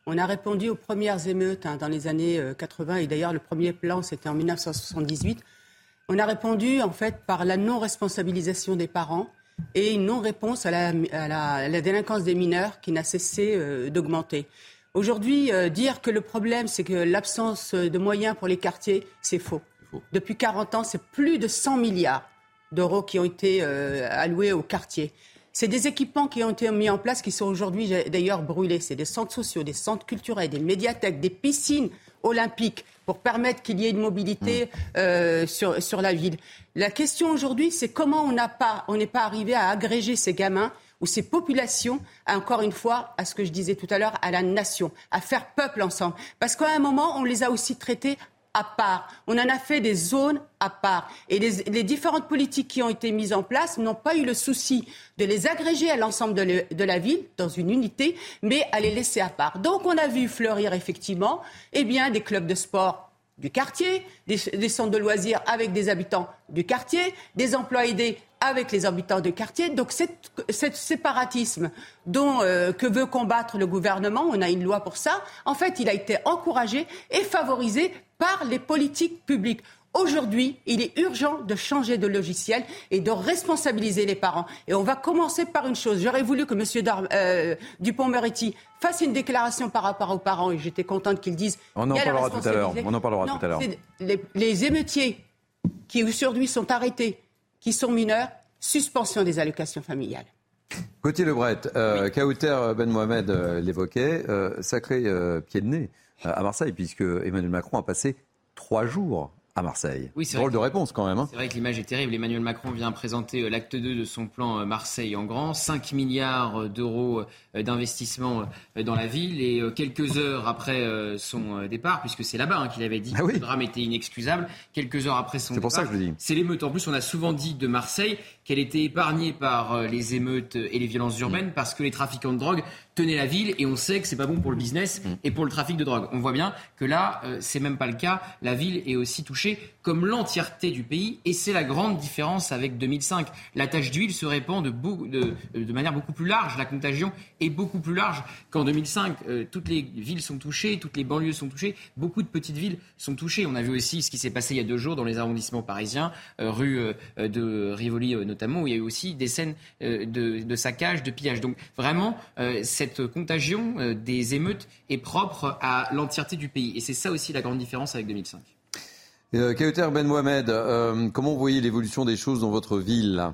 On a répondu aux premières émeutes hein, dans les années quatre-vingts, et d'ailleurs le premier plan c'était en dix-neuf cent soixante-dix-huit. On a répondu en fait par la non-responsabilisation des parents et une non-réponse à la, à la, à la délinquance des mineurs qui n'a cessé euh, d'augmenter. Aujourd'hui, euh, dire que le problème c'est que l'absence de moyens pour les quartiers, c'est faux. C'est faux. Depuis quarante ans, c'est plus de cent milliards d'euros qui ont été euh, alloués aux quartiers. C'est des équipements qui ont été mis en place, qui sont aujourd'hui d'ailleurs brûlés. C'est des centres sociaux, des centres culturels, des médiathèques, des piscines olympiques pour permettre qu'il y ait une mobilité euh, sur, sur la ville. La question aujourd'hui, c'est comment on n'a pas, on n'est pas arrivé à agréger ces gamins ou ces populations, encore une fois, à ce que je disais tout à l'heure, à la nation, à faire peuple ensemble. Parce qu'à un moment, on les a aussi traités à part. On en a fait des zones à part. Et les, les différentes politiques qui ont été mises en place n'ont pas eu le souci de les agréger à l'ensemble de, le, de la ville, dans une unité, mais à les laisser à part. Donc on a vu fleurir effectivement eh bien, des clubs de sport du quartier, des, des centres de loisirs avec des habitants du quartier, des emplois aidés avec les habitants du quartier. Donc ce séparatisme dont, euh, que veut combattre le gouvernement, on a une loi pour ça, en fait il a été encouragé et favorisé par les politiques publiques. Aujourd'hui, il est urgent de changer de logiciel et de responsabiliser les parents. Et on va commencer par une chose. J'aurais voulu que M. Dar- euh, Dupond-Moretti fasse une déclaration par rapport aux parents et j'étais contente qu'il dise... On en parlera tout à l'heure. On en parlera non, tout à l'heure. Les, les émeutiers qui aujourd'hui sont arrêtés, qui sont mineurs, suspension des allocations familiales. Gauthier Lebret, euh, oui. Kauter Ben Mohamed euh, l'évoquait, euh, sacré euh, pied de nez euh, à Marseille, puisque Emmanuel Macron a passé trois jours à Marseille. Oui, c'est drôle vrai de réponse quand même. Hein. C'est vrai que l'image est terrible. Emmanuel Macron vient présenter l'acte deux de son plan Marseille en grand. cinq milliards d'euros d'investissement dans la ville. Et quelques heures après son départ, puisque c'est là-bas hein, qu'il avait dit ah que oui. le drame était inexcusable, quelques heures après son c'est départ, pour ça que je le dis. C'est l'émeute. En plus, on a souvent dit de Marseille qu'elle était épargnée par les émeutes et les violences urbaines mmh. parce que les trafiquants de drogue tenaient la ville et on sait que c'est pas bon pour le business mmh. et pour le trafic de drogue. On voit bien que là, euh, c'est même pas le cas. La ville est aussi touchée comme l'entièreté du pays et c'est la grande différence avec deux mille cinq. La tache d'huile se répand de, beaucoup, de, de manière beaucoup plus large. La contagion est beaucoup plus large qu'en deux mille cinq. Euh, toutes les villes sont touchées, toutes les banlieues sont touchées, beaucoup de petites villes sont touchées. On a vu aussi ce qui s'est passé il y a deux jours dans les arrondissements parisiens, euh, rue euh, de Rivoli euh, notamment, où il y a eu aussi des scènes euh, de, de saccage, de pillage. Donc vraiment, euh, cette contagion euh, des émeutes est propre à l'entièreté du pays. Et c'est ça aussi la grande différence avec deux mille cinq. Euh, Kauter Ben Mohamed, euh, comment vous voyez l'évolution des choses dans votre ville là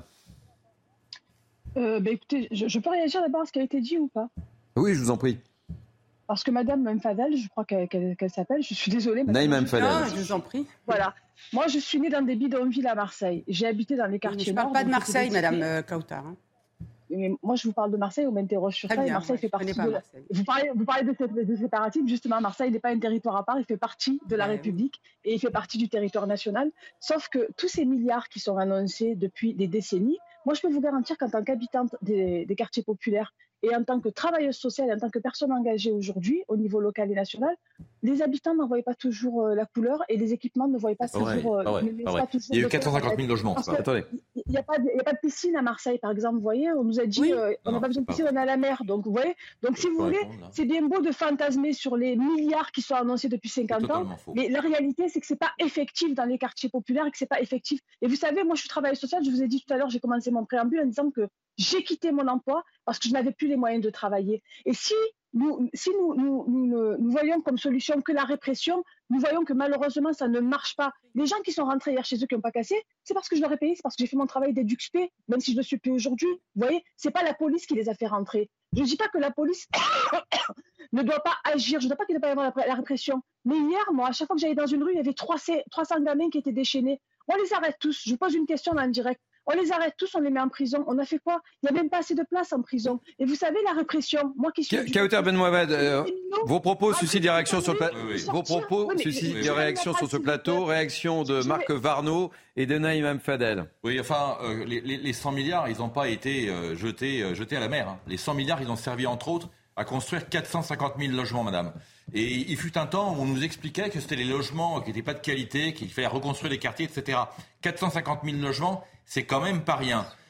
euh, bah, écoutez, je, je peux réagir d'abord à ce qui a été dit ou pas? Oui, je vous en prie. Parce que Madame Mfadel, je crois qu'elle, qu'elle, qu'elle s'appelle, je suis désolée. Naïma Mfadel. Ah, je vous en prie. Voilà. Moi, je suis née dans des bidonvilles à Marseille. J'ai habité dans les quartiers nord. Je ne parle pas de Marseille, Madame euh, Kauter. Hein. Mais moi, je vous parle de Marseille, on m'interroge sur Très ça. bien, et Marseille moi, fait partie de. La... Marseille. Vous parlez, vous parlez de, de, de séparatisme. Justement, Marseille n'est pas un territoire à part. Il fait partie de la ouais, République oui. et il fait partie du territoire national. Sauf que tous ces milliards qui sont annoncés depuis des décennies, moi, je peux vous garantir qu'en tant qu'habitante des, des quartiers populaires et en tant que travailleuse sociale, en tant que personne engagée aujourd'hui au niveau local et national, les habitants n'en voyaient pas toujours euh, la couleur et les équipements ne voyaient pas toujours. Ouais, euh, ouais, ne ouais. pas toujours il y a eu quatre cent cinquante mille logements. Attendez. Il n'y a, a pas de piscine à Marseille, par exemple. Vous voyez, on nous a dit oui. euh, on n'a pas besoin de piscine, on a la mer. Donc, vous voyez, donc si vous voulez, c'est bien beau de fantasmer sur les milliards qui sont annoncés depuis cinquante ans, faux. Mais la réalité, c'est que c'est pas effectif dans les quartiers populaires et que c'est pas effectif. Et vous savez, moi, je suis travailleuse sociale. Je vous ai dit tout à l'heure, j'ai commencé mon préambule en disant que j'ai quitté mon emploi parce que je n'avais plus les moyens de travailler. Et si nous, si nous, nous, nous, nous voyons comme solution que la répression, nous voyons que malheureusement, ça ne marche pas. Les gens qui sont rentrés hier chez eux, qui n'ont pas cassé, c'est parce que je leur ai payé, c'est parce que j'ai fait mon travail d'EduxP, même si je ne le suis plus aujourd'hui. Vous voyez, c'est pas la police qui les a fait rentrer. Je ne dis pas que la police ne doit pas agir, je ne dis pas qu'il ne doit pas y avoir la, la répression. Mais hier, moi, à chaque fois que j'allais dans une rue, il y avait trois cents gamins qui étaient déchaînés. On les arrête tous. Je vous pose une question en direct. On les arrête tous, on les met en prison. On a fait quoi? Il n'y a même pas assez de place en prison. Et vous savez, la répression, moi qui suis... Kauter Ben Mohamed, euh, vos propos suscitent des réactions sur le plateau. Oui, oui. Vos propos oui, suscitent des réactions sur ce plateau. Réaction de Marc Varnaud et de Naïma Mfadel. Oui, enfin, euh, les, les cent milliards, ils n'ont pas été euh, jetés, euh, jetés à la mer. Hein. Les cent milliards, ils ont servi, entre autres, à construire quatre cent cinquante mille logements, madame. Et il fut un temps où on nous expliquait que c'était les logements qui n'étaient pas de qualité, qu'il fallait reconstruire les quartiers, et cetera. quatre cent cinquante mille logements, c'est quand même pas rien.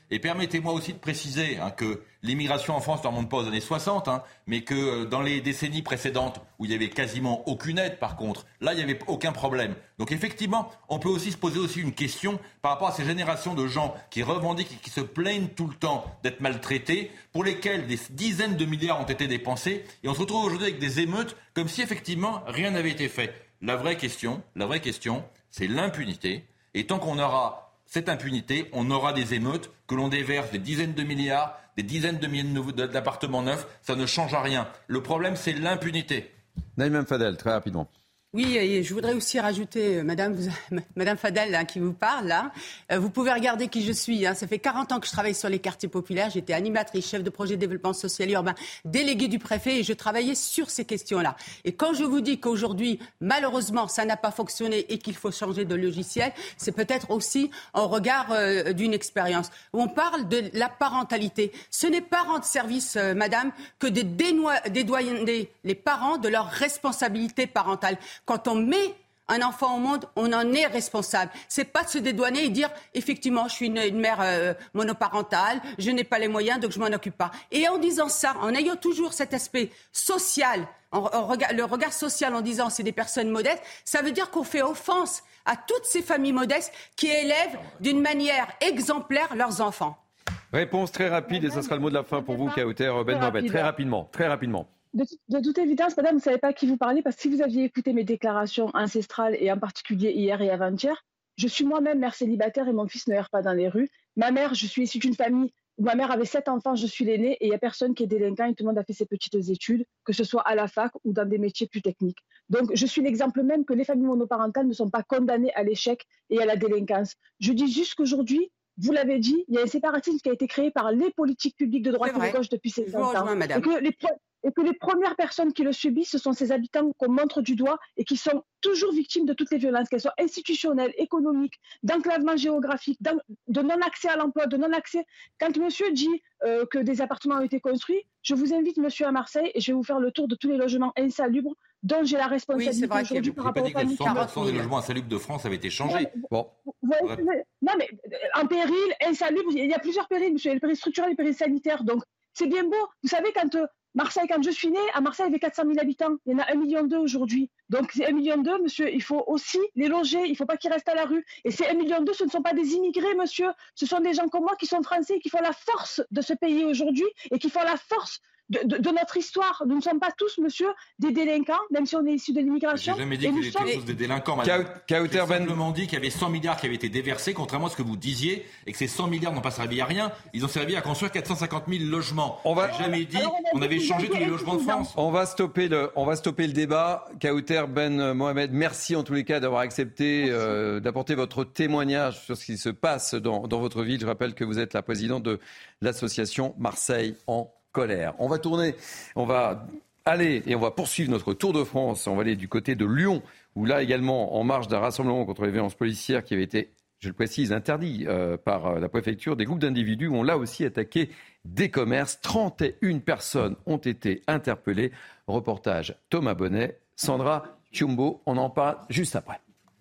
Et permettez-moi aussi de préciser hein, que l'immigration en France ne remonte pas aux années soixante, hein, mais que euh, dans les décennies précédentes, où il n'y avait quasiment aucune aide par contre, là il n'y avait aucun problème. Donc effectivement, on peut aussi se poser aussi une question par rapport à ces générations de gens qui revendiquent et qui se plaignent tout le temps d'être maltraités, pour lesquels des dizaines de milliards ont été dépensés, et on se retrouve aujourd'hui avec des émeutes comme si effectivement rien n'avait été fait. La vraie question, la vraie question, c'est l'impunité, et tant qu'on aura cette impunité, on aura des émeutes, que l'on déverse des dizaines de milliards, des dizaines de milliers d'appartements neufs, ça ne change rien. Le problème, c'est l'impunité. Naïm Fadel, très rapidement. Oui, et je voudrais aussi rajouter, Madame, vous, Madame Fadel, là, qui vous parle, là, euh, vous pouvez regarder qui je suis. Hein. Ça fait quarante ans que je travaille sur les quartiers populaires. J'étais animatrice, chef de projet de développement social et urbain, déléguée du préfet, et je travaillais sur ces questions-là. Et quand je vous dis qu'aujourd'hui, malheureusement, ça n'a pas fonctionné et qu'il faut changer de logiciel, c'est peut-être aussi en regard euh, d'une expérience. Où on parle de la parentalité. Ce n'est pas rendre service, euh, Madame, que de dénoi- dédouaner les parents de leur responsabilité parentale. Quand on met un enfant au monde, on en est responsable. C'est pas de se dédouaner et dire effectivement, je suis une, une mère euh, monoparentale, je n'ai pas les moyens, donc je m'en occupe pas. Et en disant ça, en ayant toujours cet aspect social, en, en regard, le regard social en disant c'est des personnes modestes, ça veut dire qu'on fait offense à toutes ces familles modestes qui élèvent d'une manière exemplaire leurs enfants. Réponse très rapide et ce sera le mot de la fin pour vous, Kauter Ben Mohamed. Très rapidement, très rapidement. De, de toute évidence, madame, vous ne savez pas à qui vous parlez, parce que si vous aviez écouté mes déclarations ancestrales, et en particulier hier et avant-hier, je suis moi-même mère célibataire et mon fils ne erre pas dans les rues. Ma mère, je suis issue d'une famille où ma mère avait sept enfants, je suis l'aînée, et il n'y a personne qui est délinquant, et tout le monde a fait ses petites études, que ce soit à la fac ou dans des métiers plus techniques. Donc, je suis l'exemple même que les familles monoparentales ne sont pas condamnées à l'échec et à la délinquance. Je dis juste qu'aujourd'hui, vous l'avez dit, il y a un séparatisme qui a été créé par les politiques publiques de droite et de gauche depuis cinquante ans. Et que les Et que les premières personnes qui le subissent, ce sont ces habitants qu'on montre du doigt et qui sont toujours victimes de toutes les violences, qu'elles soient institutionnelles, économiques, d'enclavement géographique, de non-accès à l'emploi, de non-accès. Quand monsieur dit euh, que des appartements ont été construits, je vous invite, monsieur, à Marseille, et je vais vous faire le tour de tous les logements insalubres dont j'ai la responsabilité oui, aujourd'hui par rapport aux familles. Je n'ai pas dit que cent pour cent des logements insalubres de France avaient été changés. Bon. Vous voyez, ouais. Non, mais en péril, insalubre, il y a plusieurs périls, monsieur. Il y a le péril structurel et le péril sanitaire. Donc, c'est bien beau. Vous savez, quand... Euh, Marseille, quand je suis née, à Marseille, il y avait quatre cent mille habitants. Il y en a un million deux aujourd'hui. Donc, c'est un million deux, monsieur, il faut aussi les loger. Il ne faut pas qu'ils restent à la rue. Et ces un million deux, ce ne sont pas des immigrés, monsieur. Ce sont des gens comme moi qui sont français, qui font la force de ce pays aujourd'hui et qui font la force de, de, de notre histoire. Nous ne sommes pas tous, monsieur, des délinquants, même si on est issus de l'immigration. J'ai jamais dit qu'ils étaient tous des délinquants, madame. J'ai simplement dit qu'il y avait cent milliards qui avaient été déversés, contrairement à ce que vous disiez, et que ces cent milliards n'ont pas servi à rien. Ils ont servi à construire quatre cent cinquante mille logements. On va... J'ai jamais dit qu'on avait changé tous les logements de France. On va stopper le, on va stopper le débat. Kauter Ben Mohamed, merci en tous les cas d'avoir accepté euh, d'apporter votre témoignage sur ce qui se passe dans, dans votre ville. Je rappelle que vous êtes la présidente de l'association Marseille en colère. On va tourner, on va aller et on va poursuivre notre Tour de France. On va aller du côté de Lyon, où là également, en marge d'un rassemblement contre les violences policières qui avait été, je le précise, interdit euh, par la préfecture, des groupes d'individus ont là aussi attaqué des commerces. trente et une personnes ont été interpellées. Reportage Thomas Bonnet, Sandra Chiumbo, on en parle juste après.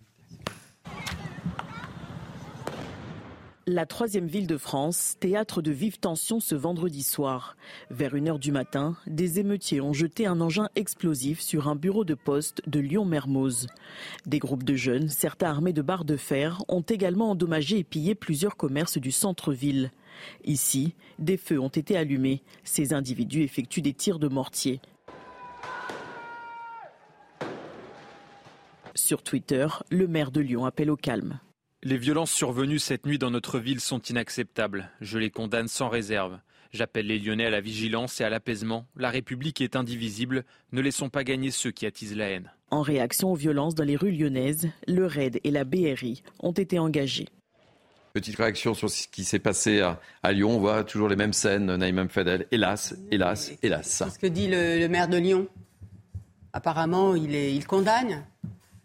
La troisième ville de France, théâtre de vives tensions ce vendredi soir. Vers une heure du matin, des émeutiers ont jeté un engin explosif sur un bureau de poste de Lyon-Mermoz. Des groupes de jeunes, certains armés de barres de fer, ont également endommagé et pillé plusieurs commerces du centre-ville. Ici, des feux ont été allumés. Ces individus effectuent des tirs de mortier. Sur Twitter, le maire de Lyon appelle au calme. Les violences survenues cette nuit dans notre ville sont inacceptables. Je les condamne sans réserve. J'appelle les Lyonnais à la vigilance et à l'apaisement. La République est indivisible. Ne laissons pas gagner ceux qui attisent la haine. En réaction aux violences dans les rues lyonnaises, le R A I D et la B R I ont été engagés. Petite réaction sur ce qui s'est passé à, à Lyon. On voit toujours les mêmes scènes, Naïm Fadel. Hélas, hélas, hélas. C'est ce que dit le, le maire de Lyon. Apparemment, il, est, il condamne.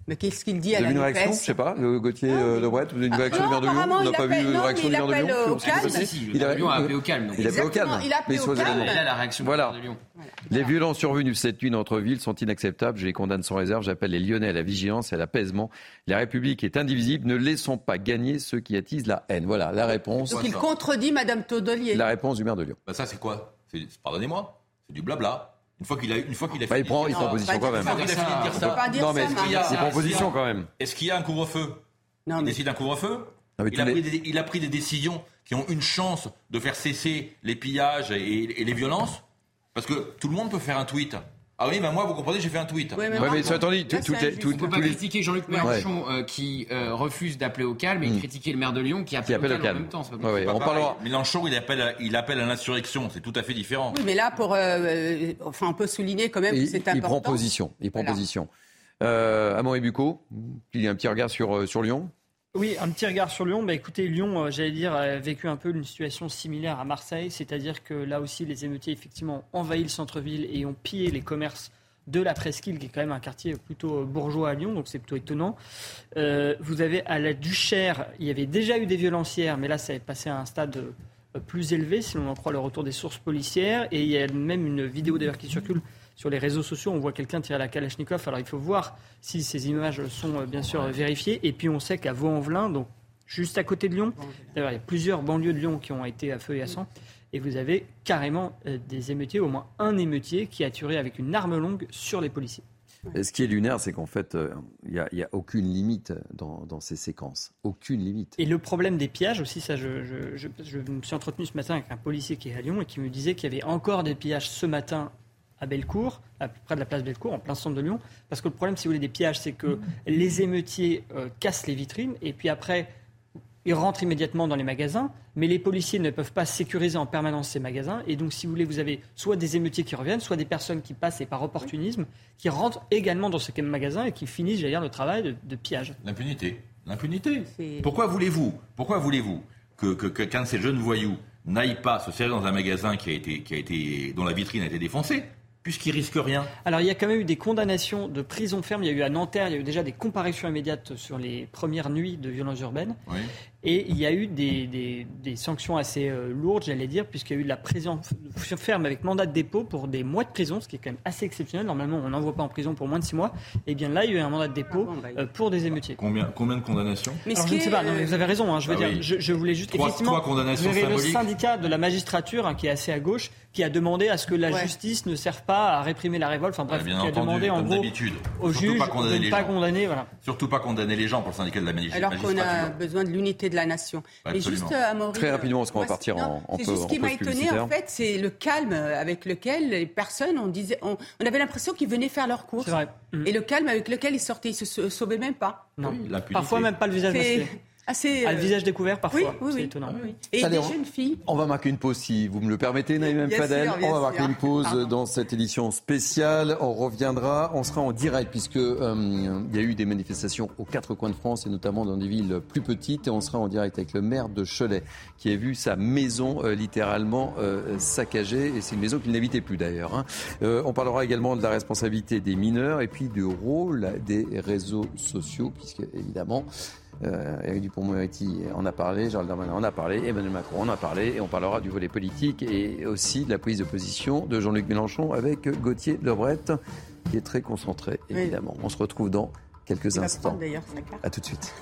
Mais qu'est-ce qu'il dit à la la Vous avez une NUPES? réaction, je sais pas, le Gauthier euh, Lebret, vous avez une Ah, réaction non, du maire de Lyon? apparemment, On n'a il pas appelle- vu de non, réaction il du maire de appelle Lyon au sur ce qui s'est calme. passé? Si, le Il maire a de Lyon a appelé au calme. donc. Il a appelé au Exactement, calme. il a appelé Mais au soyez calme. honnêtes. Et là, la réaction Voilà. du maire de Lyon. Les violences survenues cette nuit dans notre ville sont inacceptables. Je les condamne sans réserve. J'appelle les Lyonnais à la vigilance et à l'apaisement. La République est indivisible. Ne laissons pas gagner ceux qui attisent la haine. Voilà la réponse. Donc il contredit Madame Todolier. La réponse du maire de Lyon. Bah ça, c'est quoi? C'est, pardonnez-moi, c'est du blabla. Une fois qu'il a, une fois qu'il a Bah, fini il prend, il de prend dire ça, position quand même. une fois qu'il a fini de dire On ça, peut pas dire Non, mais ça, il Marie. il prend position quand même. est-ce qu'il y a un couvre-feu? Non, Il mais décide d'un couvre-feu. Ah, mais il, tous a les- pris des, il a pris des décisions qui ont une chance de faire cesser les pillages et, et les violences. Parce que tout le monde peut faire un tweet. Ah oui, mais moi, vous comprenez, j'ai fait un tweet. Ouais, mais Ouais, moi, mais attendez, tout- là, tout c'est est- injuste. tout- On ne peut pas tous les- critiquer Jean-Luc Mélenchon euh, qui euh, refuse d'appeler au calme et Mm. critiquer le maire de Lyon qui appelle, appelle au au calme en calme. même temps. C'est pas Ouais, possible. ouais, Pas on pareil. parlera. Mélenchon, il appelle, à, il appelle à l'insurrection. C'est tout à fait différent. Oui, mais là, pour, euh, euh, enfin, on peut souligner quand même Il, que c'est important. il prend position. Il prend Voilà. position. Euh, Amaury Bucco, il y a un petit regard sur, euh, sur Lyon. Oui, un petit regard sur Lyon. Bah, écoutez, Lyon, euh, j'allais dire, a vécu un peu une situation similaire à Marseille, c'est-à-dire que là aussi, les émeutiers, effectivement, ont envahi le centre-ville et ont pillé les commerces de la Presqu'île, qui est quand même un quartier plutôt bourgeois à Lyon, donc c'est plutôt étonnant. Euh, vous avez à la Duchère, il y avait déjà eu des violences hier, mais là, ça est passé à un stade euh, plus élevé, si l'on en croit le retour des sources policières. Et il y a même une vidéo d'ailleurs qui circule sur les réseaux sociaux. On voit quelqu'un tirer la Kalachnikov. Alors il faut voir si ces images sont euh, bien sûr vérifiées. Et puis on sait qu'à Vaux-en-Velin, donc juste à côté de Lyon, d'ailleurs il y a plusieurs banlieues de Lyon qui ont été à feu et à sang. Et vous avez carrément euh, des émeutiers, au moins un émeutier qui a tiré avec une arme longue sur les policiers. Et ce qui est lunaire, c'est qu'en fait, euh, il n'y a, a aucune limite dans, dans ces séquences. Aucune limite. Et le problème des pillages aussi, ça, je, je, je, je me suis entretenu ce matin avec un policier qui est à Lyon et qui me disait qu'il y avait encore des pillages ce matin à Bellecour, à près de la place Bellecour, en plein centre de Lyon. Parce que le problème, si vous voulez, des pillages, c'est que les émeutiers euh, cassent les vitrines et puis après, ils rentrent immédiatement dans les magasins, mais les policiers ne peuvent pas sécuriser en permanence ces magasins. Et donc, si vous voulez, vous avez soit des émeutiers qui reviennent, soit des personnes qui passent et par opportunisme, qui rentrent également dans ces magasins et qui finissent, j'allais dire, le travail de, de pillage. L'impunité. L'impunité. C'est- Pourquoi voulez-vous, pourquoi voulez-vous que, que, que qu'un de ces jeunes voyous n'aille pas se serrer dans un magasin qui a été, qui a été, dont la vitrine a été défoncée, puisqu'il risque rien? Alors, il y a quand même eu des condamnations de prison ferme. Il y a eu à Nanterre, il y a eu déjà des comparutions immédiates sur les premières nuits de violences urbaines. Oui. Et il y a eu des, des, des sanctions assez euh, lourdes, j'allais dire, puisqu'il y a eu de la prison ferme avec mandat de dépôt pour des mois de prison, ce qui est quand même assez exceptionnel. Normalement, on n'envoie pas en prison pour moins de six mois. Et bien là, il y a eu un mandat de dépôt Ah bon, bah, euh, pour des émeutiers. Combien, combien de condamnations? Mais Alors, ce je ne qui sais est, pas, non, mais euh, vous avez raison, hein, je veux Ah dire, oui. je, je voulais juste... Trois- effectivement, trois condamnations vous avez le symboliques. syndicat de la magistrature, hein, qui est assez à gauche, qui a demandé à ce que la Ouais. justice ne serve pas à réprimer la révolte. Enfin bref, Bien qui a entendu, demandé en comme gros d'habitude. aux Surtout juges pas condamner de ne les pas gens. condamner. Voilà. Surtout pas condamner les gens pour le syndicat de la magis- Alors qu'on a magistrature. besoin de l'unité de la nation. Mais Absolument. juste, euh, Amaury, Très rapidement, parce qu'on va moi, partir non, en- en c'est peu- juste ce qui en m'a pause étonné, publicitaire. en fait, c'est le calme avec lequel les personnes, on disait, on, on avait l'impression qu'ils venaient faire leurs courses. C'est vrai. Mm. Et le calme avec lequel ils sortaient, ils se se sauvaient même pas. Non. Oui, l'impunité. Parfois même pas le visage C'est masqué. assez. Ah, le euh, visage découvert parfois. Oui, oui, c'est oui. étonnant. oui. Et Allez, des on- jeunes filles. On va marquer une pause, si vous me le permettez, Naïm Bien Fadel. sûr, bien On va sûr. marquer une pause Pardon. dans cette édition spéciale. On reviendra, on sera en direct, puisque euh, il y a eu des manifestations aux quatre coins de France, et notamment dans des villes plus petites. Et on sera en direct avec le maire de Cholet, qui a vu sa maison euh, littéralement euh, saccagée. Et c'est une maison qu'il n'habitait plus d'ailleurs. Hein. Euh, on parlera également de la responsabilité des mineurs et puis du rôle des réseaux sociaux, puisque évidemment... Euh, Éric Dupond-Moretti en a parlé, Gérald Darmanin en a parlé, Emmanuel Macron en a parlé, et on parlera du volet politique et aussi de la prise de position de Jean-Luc Mélenchon avec Gauthier Lebret, qui est très concentré, évidemment. On se retrouve dans quelques Il va instants. prendre d'ailleurs sa carte. A tout de suite.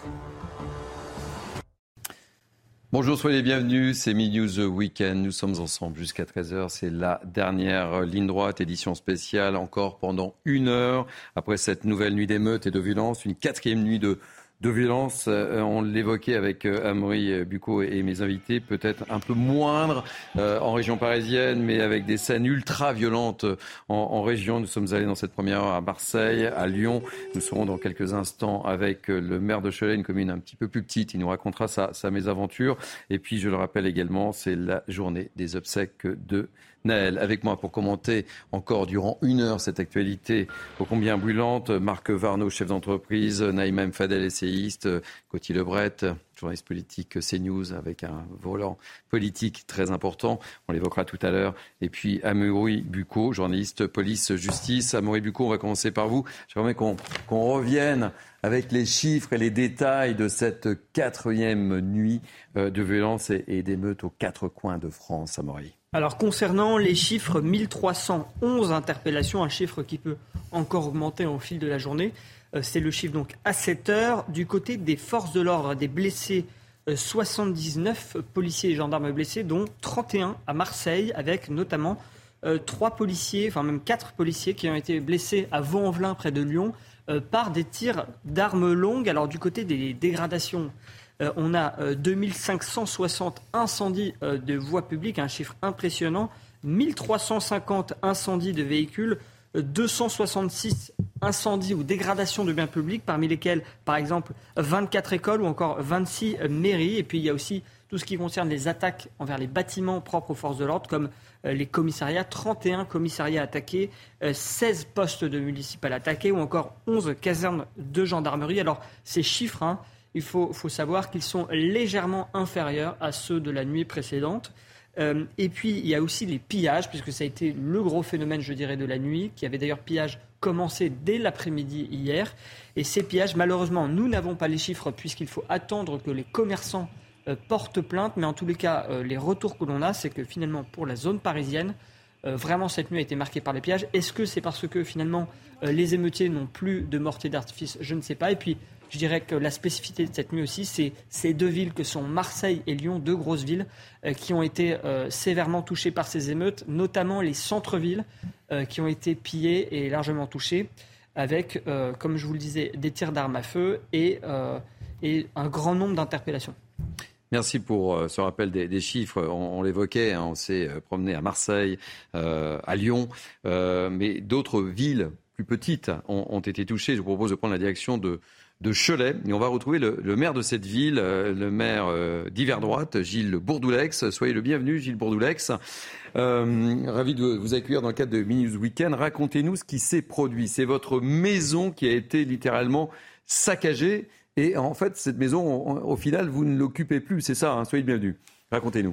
Bonjour, soyez les bienvenus, c'est Midi-News Weekend, nous sommes ensemble jusqu'à treize heures, c'est la dernière ligne droite, édition spéciale, encore pendant une heure, après cette nouvelle nuit d'émeutes et de violence, une quatrième nuit de de violence, euh, on l'évoquait avec euh, Amaury Bucco et, et mes invités, peut-être un peu moindre euh, en région parisienne, mais avec des scènes ultra violentes en, en région. Nous sommes allés dans cette première heure à Marseille, à Lyon. Nous serons dans quelques instants avec euh, le maire de Cholet, une commune un petit peu plus petite. Il nous racontera sa, sa mésaventure. Et puis, je le rappelle également, c'est la journée des obsèques de Naël. Avec moi pour commenter encore durant une heure cette actualité ô combien brûlante, Marc Varnaud, chef d'entreprise, Naïma M. Fadel, essayiste, Gauthier Lebret, journaliste politique CNews avec un volant politique très important, on l'évoquera tout à l'heure, et puis Amaury Bucco, journaliste police-justice. Amaury Bucco, on va commencer par vous. J'aimerais qu'on, qu'on revienne avec les chiffres et les détails de cette quatrième nuit de violence et, et d'émeutes aux quatre coins de France, Amaury. Alors concernant les chiffres, mille trois cent onze interpellations, un chiffre qui peut encore augmenter au fil de la journée. Euh, c'est le chiffre donc à sept heures. Du côté des forces de l'ordre, des blessés, euh, soixante-dix-neuf policiers et gendarmes blessés, dont trente et un à Marseille, avec notamment euh, trois policiers, enfin même quatre policiers qui ont été blessés à Vaux-en-Velin près de Lyon euh, par des tirs d'armes longues. Alors du côté des dégradations, Euh, on a euh, deux mille cinq cent soixante incendies euh, de voies publiques, un chiffre impressionnant, mille trois cent cinquante incendies de véhicules, euh, deux cent soixante-six incendies ou dégradations de biens publics, parmi lesquels, par exemple, vingt-quatre écoles ou encore vingt-six euh, mairies. Et puis il y a aussi tout ce qui concerne les attaques envers les bâtiments propres aux forces de l'ordre, comme euh, les commissariats, trente et un commissariats attaqués, euh, seize postes de municipal attaqués ou encore onze casernes de gendarmerie. Alors ces chiffres, hein, il faut, faut savoir qu'ils sont légèrement inférieurs à ceux de la nuit précédente. Euh, et puis, il y a aussi les pillages, puisque ça a été le gros phénomène, je dirais, de la nuit, qui avait d'ailleurs pillage commencé dès l'après-midi hier. Et ces pillages, malheureusement, nous n'avons pas les chiffres, puisqu'il faut attendre que les commerçants euh, portent plainte. Mais en tous les cas, euh, les retours que l'on a, c'est que finalement, pour la zone parisienne, euh, vraiment, cette nuit a été marquée par les pillages. Est-ce que c'est parce que, finalement, euh, les émeutiers n'ont plus de mortiers d'artifice ? Je ne sais pas. Et puis, je dirais que la spécificité de cette nuit aussi, c'est ces deux villes que sont Marseille et Lyon, deux grosses villes euh, qui ont été euh, sévèrement touchées par ces émeutes, notamment les centres-villes euh, qui ont été pillés et largement touchés, avec, euh, comme je vous le disais, des tirs d'armes à feu et, euh, et un grand nombre d'interpellations. Merci pour euh, ce rappel des, des chiffres. On, on l'évoquait, hein, on s'est promené à Marseille, euh, à Lyon, euh, mais d'autres villes plus petites ont, ont été touchées. Je vous propose de prendre la direction de de Cholet. Et on va retrouver le, le maire de cette ville, euh, le maire euh, d'hiver droite, Gilles Bourdoulex. Soyez le bienvenu, Gilles Bourdoulex. Euh, ravi de vous accueillir dans le cadre de Mini News Weekend. Racontez-nous ce qui s'est produit. C'est votre maison qui a été littéralement saccagée. Et en fait, cette maison, au, au final, vous ne l'occupez plus. C'est ça, hein. Soyez le bienvenu. Racontez-nous.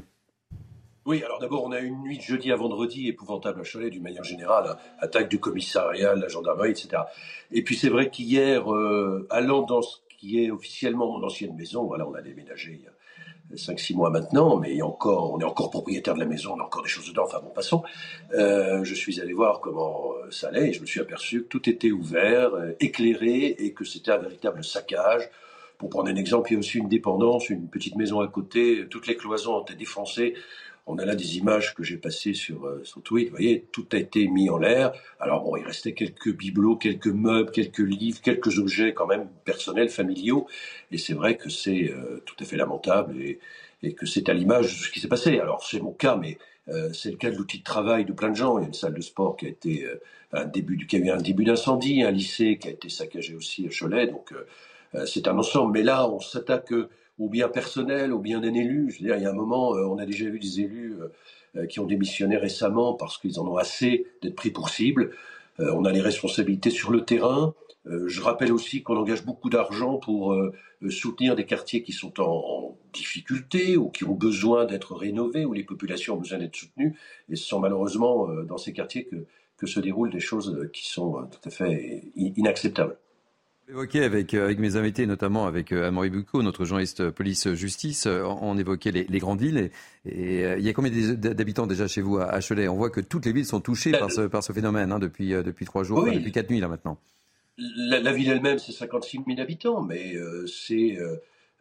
Oui, alors d'abord, on a eu une nuit de jeudi à vendredi épouvantable à Cholet, d'une manière générale, hein, attaque du commissariat, de la gendarmerie, et cetera. Et puis c'est vrai qu'hier, euh, allant dans ce qui est officiellement mon ancienne maison, voilà, on a déménagé il y a cinq six mois maintenant, mais il y a encore, on est encore propriétaire de la maison, on a encore des choses dedans, enfin bon, passons. Euh, je suis allé voir comment ça allait et je me suis aperçu que tout était ouvert, euh, éclairé et que c'était un véritable saccage. Pour prendre un exemple, il y a aussi une dépendance, une petite maison à côté, toutes les cloisons ont été défoncées. On a là des images que j'ai passées sur, euh, sur Twitter. Vous voyez, tout a été mis en l'air. Alors bon, il restait quelques bibelots, quelques meubles, quelques livres, quelques objets quand même personnels, familiaux. Et c'est vrai que c'est euh, tout à fait lamentable et, et que c'est à l'image de ce qui s'est passé. Alors c'est mon cas, mais euh, c'est le cas de l'outil de travail de plein de gens. Il y a une salle de sport qui a été euh, un début, qui a eu un début d'incendie, un lycée qui a été saccagé aussi à Cholet. Donc euh, c'est un ensemble. Mais là, on s'attaque au bien personnel, au bien d'un élu. Je veux dire, il y a un moment, euh, on a déjà vu des élus euh, qui ont démissionné récemment parce qu'ils en ont assez d'être pris pour cible. Euh, on a les responsabilités sur le terrain. Euh, je rappelle aussi qu'on engage beaucoup d'argent pour euh, soutenir des quartiers qui sont en, en difficulté ou qui ont besoin d'être rénovés, où les populations ont besoin d'être soutenues. Et ce sont malheureusement euh, dans ces quartiers que, que se déroulent des choses qui sont euh, tout à fait inacceptables. Évoqué avec, avec mes invités, notamment avec Amaury Bucco, notre journaliste police-justice, on évoquait les, les grandes villes. Et, et il y a combien d'habitants déjà chez vous à, à Cholet ? On voit que toutes les villes sont touchées par ce, par ce phénomène hein, depuis, depuis trois jours, oui. enfin, depuis quatre nuits là maintenant. La, la ville elle-même, c'est cinquante-six mille habitants, mais euh, c'est, euh,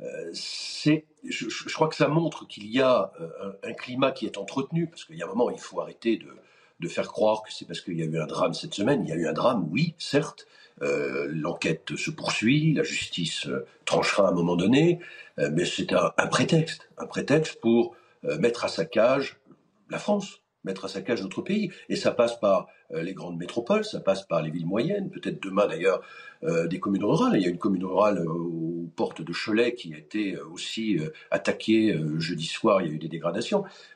c'est, je, je crois que ça montre qu'il y a un, un climat qui est entretenu, parce qu'il y a un moment, il faut arrêter de, de faire croire que c'est parce qu'il y a eu un drame cette semaine. Il y a eu un drame, oui, certes. Euh, l'enquête se poursuit, la justice euh, tranchera à un moment donné, euh, mais c'est un, un prétexte, un prétexte pour euh, mettre à saccage la France, mettre à saccage notre pays. Et ça passe par euh, les grandes métropoles, ça passe par les villes moyennes, peut-être demain d'ailleurs euh, des communes rurales. Il y a une commune rurale euh, aux portes de Cholet qui a été euh, aussi euh, attaquée euh, jeudi soir, il y a eu des dégradations. Donc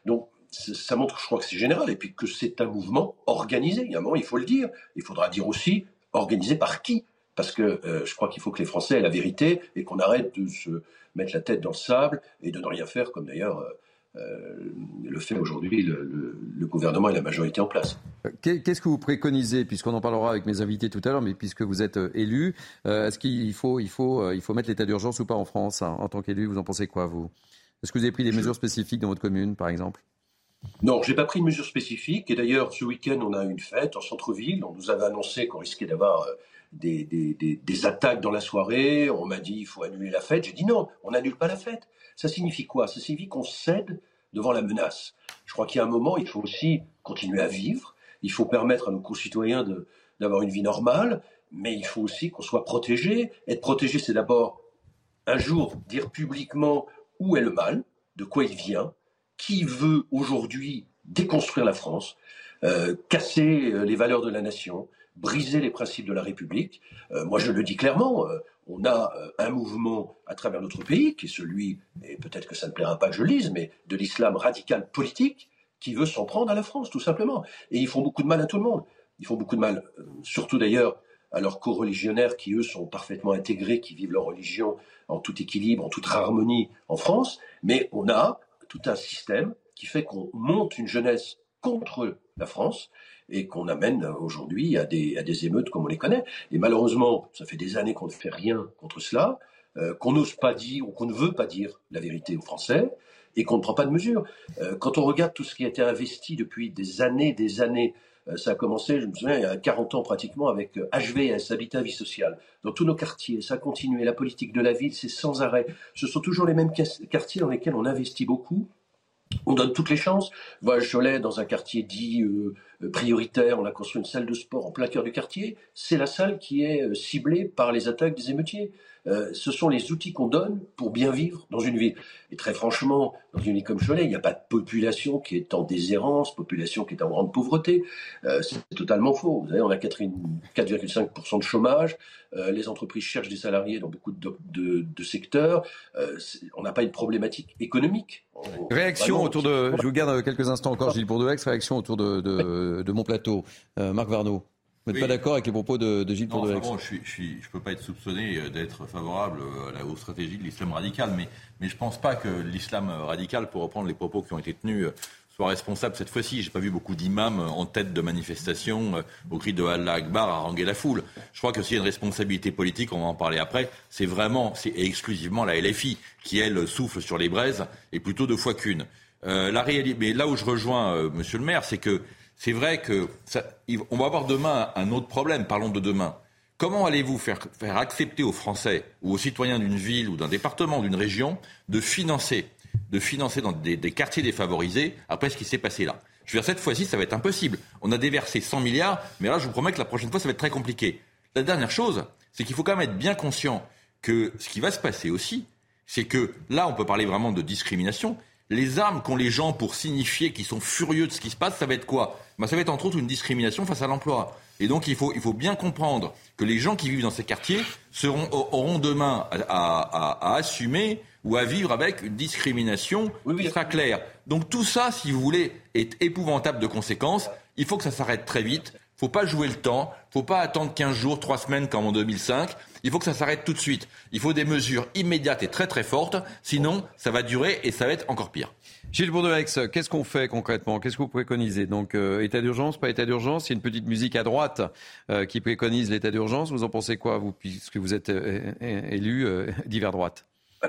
ça montre, je crois que c'est général, et puis que c'est un mouvement organisé. Il y a un moment, il faut le dire. Il faudra dire aussi organisé par qui. Parce que euh, je crois qu'il faut que les Français aient la vérité et qu'on arrête de se mettre la tête dans le sable et de ne rien faire, comme d'ailleurs euh, le fait aujourd'hui le, le, le gouvernement et la majorité en place. Qu'est-ce que vous préconisez, puisqu'on en parlera avec mes invités tout à l'heure, mais puisque vous êtes élu, euh, est-ce qu'il faut, il faut, il faut mettre l'état d'urgence ou pas en France, hein, en tant qu'élu? Vous en pensez quoi, vous? Est-ce que vous avez pris des mesures spécifiques dans votre commune, par exemple? Non, je n'ai pas pris de mesures spécifiques. Et d'ailleurs, ce week-end, on a une fête en centre-ville. On nous avait annoncé qu'on risquait d'avoir euh, des, des, des, des attaques dans la soirée. On m'a dit il faut annuler la fête. J'ai dit non, on n'annule pas la fête. Ça signifie quoi? Ça signifie qu'on cède devant la menace. Je crois qu'il y a un moment, il faut aussi continuer à vivre. Il faut permettre à nos concitoyens de, d'avoir une vie normale. Mais il faut aussi qu'on soit protégé. Être protégé, c'est d'abord un jour dire publiquement où est le mal, de quoi il vient, qui veut aujourd'hui déconstruire la France, euh, casser euh, les valeurs de la nation, briser les principes de la République. Euh, moi, je le dis clairement, euh, on a euh, un mouvement à travers notre pays, qui est celui, et peut-être que ça ne plaira pas que je le lise, mais de l'islam radical politique, qui veut s'en prendre à la France, tout simplement. Et ils font beaucoup de mal à tout le monde. Ils font beaucoup de mal, euh, surtout d'ailleurs, à leurs co-religionnaires qui, eux, sont parfaitement intégrés, qui vivent leur religion en tout équilibre, en toute harmonie en France. Mais on a tout un système qui fait qu'on monte une jeunesse contre la France et qu'on amène aujourd'hui à des, à des émeutes comme on les connaît. Et malheureusement, ça fait des années qu'on ne fait rien contre cela, euh, qu'on n'ose pas dire ou qu'on ne veut pas dire la vérité aux Français et qu'on ne prend pas de mesures. Euh, quand on regarde tout ce qui a été investi depuis des années, des années, euh, ça a commencé, je me souviens, il y a quarante ans pratiquement avec euh, H V S, Habitat Vie Sociale. Dans tous nos quartiers, ça a continué. La politique de la ville, c'est sans arrêt. Ce sont toujours les mêmes quartiers dans lesquels on investit beaucoup. On donne toutes les chances. Voilà, Cholet, dans un quartier dit euh, prioritaire, on a construit une salle de sport en plein cœur du quartier. C'est la salle qui est euh, ciblée par les attaques des émeutiers. Euh, ce sont les outils qu'on donne pour bien vivre dans une ville. Et très franchement, dans une ville comme Cholet, il n'y a pas de population qui est en déshérence, population qui est en grande pauvreté. Euh, c'est totalement faux. Vous savez, on a quatre virgule cinq pour cent de chômage. Euh, les entreprises cherchent des salariés dans beaucoup de, de, de secteurs. Euh, on n'a pas une problématique économique. On, réaction vraiment, autour de... Je vous garde quelques instants encore, Gilles Bourdouex. Réaction autour de, de, de mon plateau. Euh, Marc Varnaud. Vous n'êtes oui. pas d'accord avec les propos de, de Gilles Bourdouex? Bon, je ne je je peux pas être soupçonné d'être favorable à la, aux stratégies de l'islam radical, mais, mais je ne pense pas que l'islam radical, pour reprendre les propos qui ont été tenus, soit responsable cette fois-ci. Je n'ai pas vu beaucoup d'imams en tête de manifestations au cri de Allah Akbar haranguer la foule. Je crois que s'il y a une responsabilité politique, on va en parler après, c'est vraiment, c'est exclusivement la L F I qui, elle, souffle sur les braises, et plutôt deux fois qu'une. Euh, la réalité, mais là où je rejoins euh, monsieur le maire, c'est que c'est vrai que ça, on va avoir demain un autre problème. Parlons de demain. Comment allez-vous faire, faire accepter aux Français ou aux citoyens d'une ville ou d'un département, d'une région, de financer, de financer dans des, des quartiers défavorisés après ce qui s'est passé là? Je veux dire, cette fois-ci, ça va être impossible. On a déversé cent milliards, mais là, je vous promets que la prochaine fois, ça va être très compliqué. La dernière chose, c'est qu'il faut quand même être bien conscient que ce qui va se passer aussi, c'est que là, on peut parler vraiment de discrimination. Les armes qu'ont les gens pour signifier qu'ils sont furieux de ce qui se passe, ça va être quoi? Ben, ça va être entre autres une discrimination face à l'emploi. Et donc il faut, il faut bien comprendre que les gens qui vivent dans ces quartiers seront, auront demain à, à, à assumer ou à vivre avec une discrimination oui, oui. qui sera claire. Donc tout ça, si vous voulez, est épouvantable de conséquences. Il faut que ça s'arrête très vite. Il ne faut pas jouer le temps. Il ne faut pas attendre quinze jours, trois semaines comme en deux mille cinq. Il faut que ça s'arrête tout de suite. Il faut des mesures immédiates et très très fortes. Sinon, ça va durer et ça va être encore pire. Gilles Bourdouex, qu'est-ce qu'on fait concrètement? Qu'est-ce que vous préconisez? Donc, euh, état d'urgence, pas état d'urgence? Il y a une petite musique à droite euh, qui préconise l'état d'urgence. Vous en pensez quoi, vous, puisque vous êtes euh, élu euh, divers droite?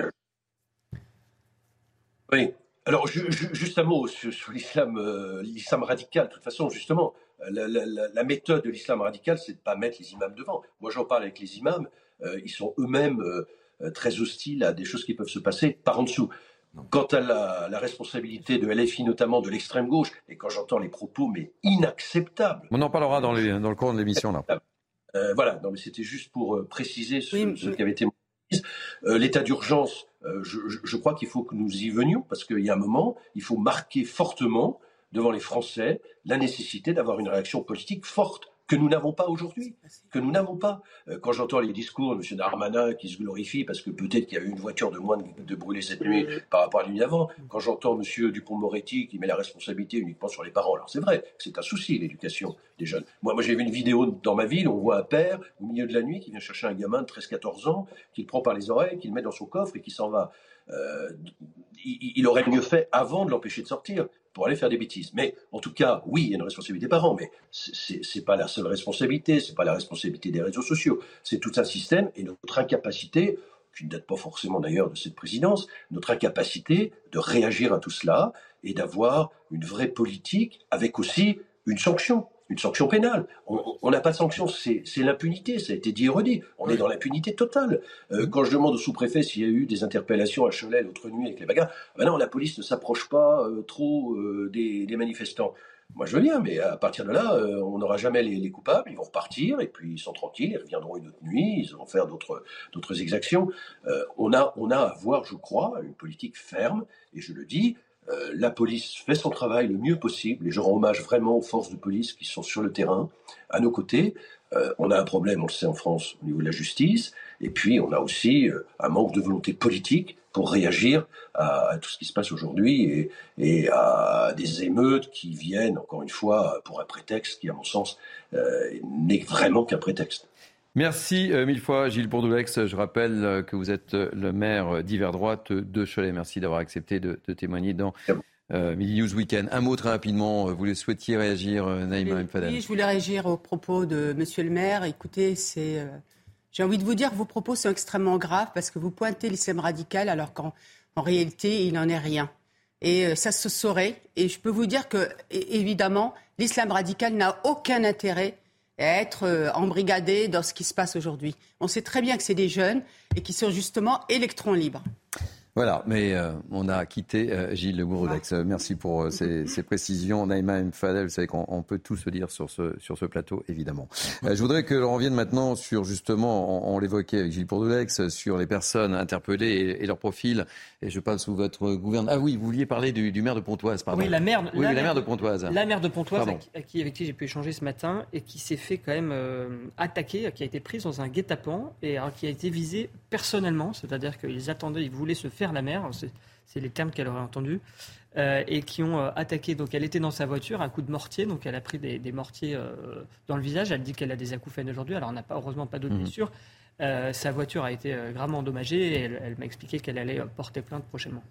Oui. Alors, ju- ju- juste un mot sur, sur l'islam, euh, l'islam radical. De toute façon, justement, la, la, la méthode de l'islam radical, c'est de ne pas mettre les imams devant. Moi, j'en parle avec les imams. Euh, ils sont eux-mêmes euh, très hostiles à des choses qui peuvent se passer par en dessous. Quant à la, la responsabilité de L F I, notamment de l'extrême gauche, et quand j'entends les propos, mais inacceptables. On en parlera dans, les, dans le cours de l'émission, là. Euh, voilà, non, mais c'était juste pour euh, préciser ce, oui, ce mais... qui avait été dit. Euh, l'état d'urgence, euh, je, je, je crois qu'il faut que nous y venions, parce qu'il y a un moment, il faut marquer fortement devant les Français la nécessité d'avoir une réaction politique forte, que nous n'avons pas aujourd'hui, que nous n'avons pas. Quand j'entends les discours de M. Darmanin qui se glorifie parce que peut-être qu'il y a eu une voiture de moins de, de brûler cette nuit par rapport à la nuit d'avant, quand j'entends M. Dupond-Moretti qui met la responsabilité uniquement sur les parents, alors c'est vrai, c'est un souci l'éducation des jeunes. Moi, moi j'ai vu une vidéo dans ma ville, on voit un père au milieu de la nuit qui vient chercher un gamin de treize quatorze ans, qui le prend par les oreilles, qui le met dans son coffre et qui s'en va. Euh, il, il aurait mieux fait avant de l'empêcher de sortir pour aller faire des bêtises. Mais en tout cas, oui, il y a une responsabilité des parents, mais c'est, c'est pas la seule responsabilité, c'est pas la responsabilité des réseaux sociaux, c'est tout un système et notre incapacité, qui ne date pas forcément d'ailleurs de cette présidence, notre incapacité de réagir à tout cela et d'avoir une vraie politique avec aussi une sanction. Une sanction pénale. On n'a pas de sanction, c'est, c'est l'impunité, ça a été dit et redit. On est dans l'impunité totale. Euh, quand je demande au sous-préfet s'il y a eu des interpellations à Cholet l'autre nuit avec les bagarres, ben non, la police ne s'approche pas euh, trop euh, des, des manifestants. Moi je veux bien, mais à partir de là, euh, on n'aura jamais les, les coupables, ils vont repartir, et puis ils sont tranquilles, ils reviendront une autre nuit, ils vont faire d'autres, d'autres exactions. Euh, on a, on a à avoir, je crois, une politique ferme, et je le dis, Euh, la police fait son travail le mieux possible et je rends hommage vraiment aux forces de police qui sont sur le terrain, à nos côtés. Euh, on a un problème, on le sait en France, au niveau de la justice, et puis on a aussi euh, un manque de volonté politique pour réagir à, à tout ce qui se passe aujourd'hui et, et à des émeutes qui viennent, encore une fois, pour un prétexte qui, à mon sens, euh, n'est vraiment qu'un prétexte. Merci euh, mille fois Gilles Bourdoulex. Je rappelle euh, que vous êtes le maire d'hiver droite de Cholet. Merci d'avoir accepté de, de témoigner dans euh, Midi News Weekend. Un mot très rapidement, vous le souhaitiez réagir, euh, Naïma M. Fadel. Oui, je voulais réagir aux propos de Monsieur le maire. Écoutez, c'est, euh, j'ai envie de vous dire que vos propos sont extrêmement graves parce que vous pointez l'islam radical alors qu'en en réalité, il n'en est rien. Et euh, ça se saurait. Et je peux vous dire que, évidemment, l'islam radical n'a aucun intérêt à être euh, embrigadés dans ce qui se passe aujourd'hui. On sait très bien que c'est des jeunes et qui sont justement électrons libres. Voilà, mais euh, on a quitté euh, Gilles Bourdoulex. Ouais. Merci pour euh, ces, ces précisions. Naïma M. Fadel, vous savez qu'on on peut tout se dire sur ce, sur ce plateau, évidemment. Euh, je voudrais que l'on revienne maintenant sur, justement, on, on l'évoquait avec Gilles Bourdoulex, sur les personnes interpellées et, et leur profil. Et je passe sous votre gouvernement. Ah oui, vous vouliez parler du, du maire de Pontoise, pardon. Oui, la maire, oui, la la maire de Pontoise. La maire de Pontoise, avec qui, avec qui j'ai pu échanger ce matin et qui s'est fait quand même euh, attaquer, qui a été prise dans un guet-apens et alors, qui a été visée personnellement, c'est-à-dire qu'ils attendaient, ils voulaient se faire la maire. C'est, c'est les termes qu'elle aurait entendus, euh, et qui ont euh, attaqué. Donc elle était dans sa voiture, un coup de mortier, donc elle a pris des, des mortiers euh, dans le visage. Elle dit qu'elle a des acouphènes aujourd'hui, alors on n'a pas, heureusement pas d'autres mmh. blessures. Euh, sa voiture a été euh, gravement endommagée et elle, elle m'a expliqué qu'elle allait euh, porter plainte prochainement.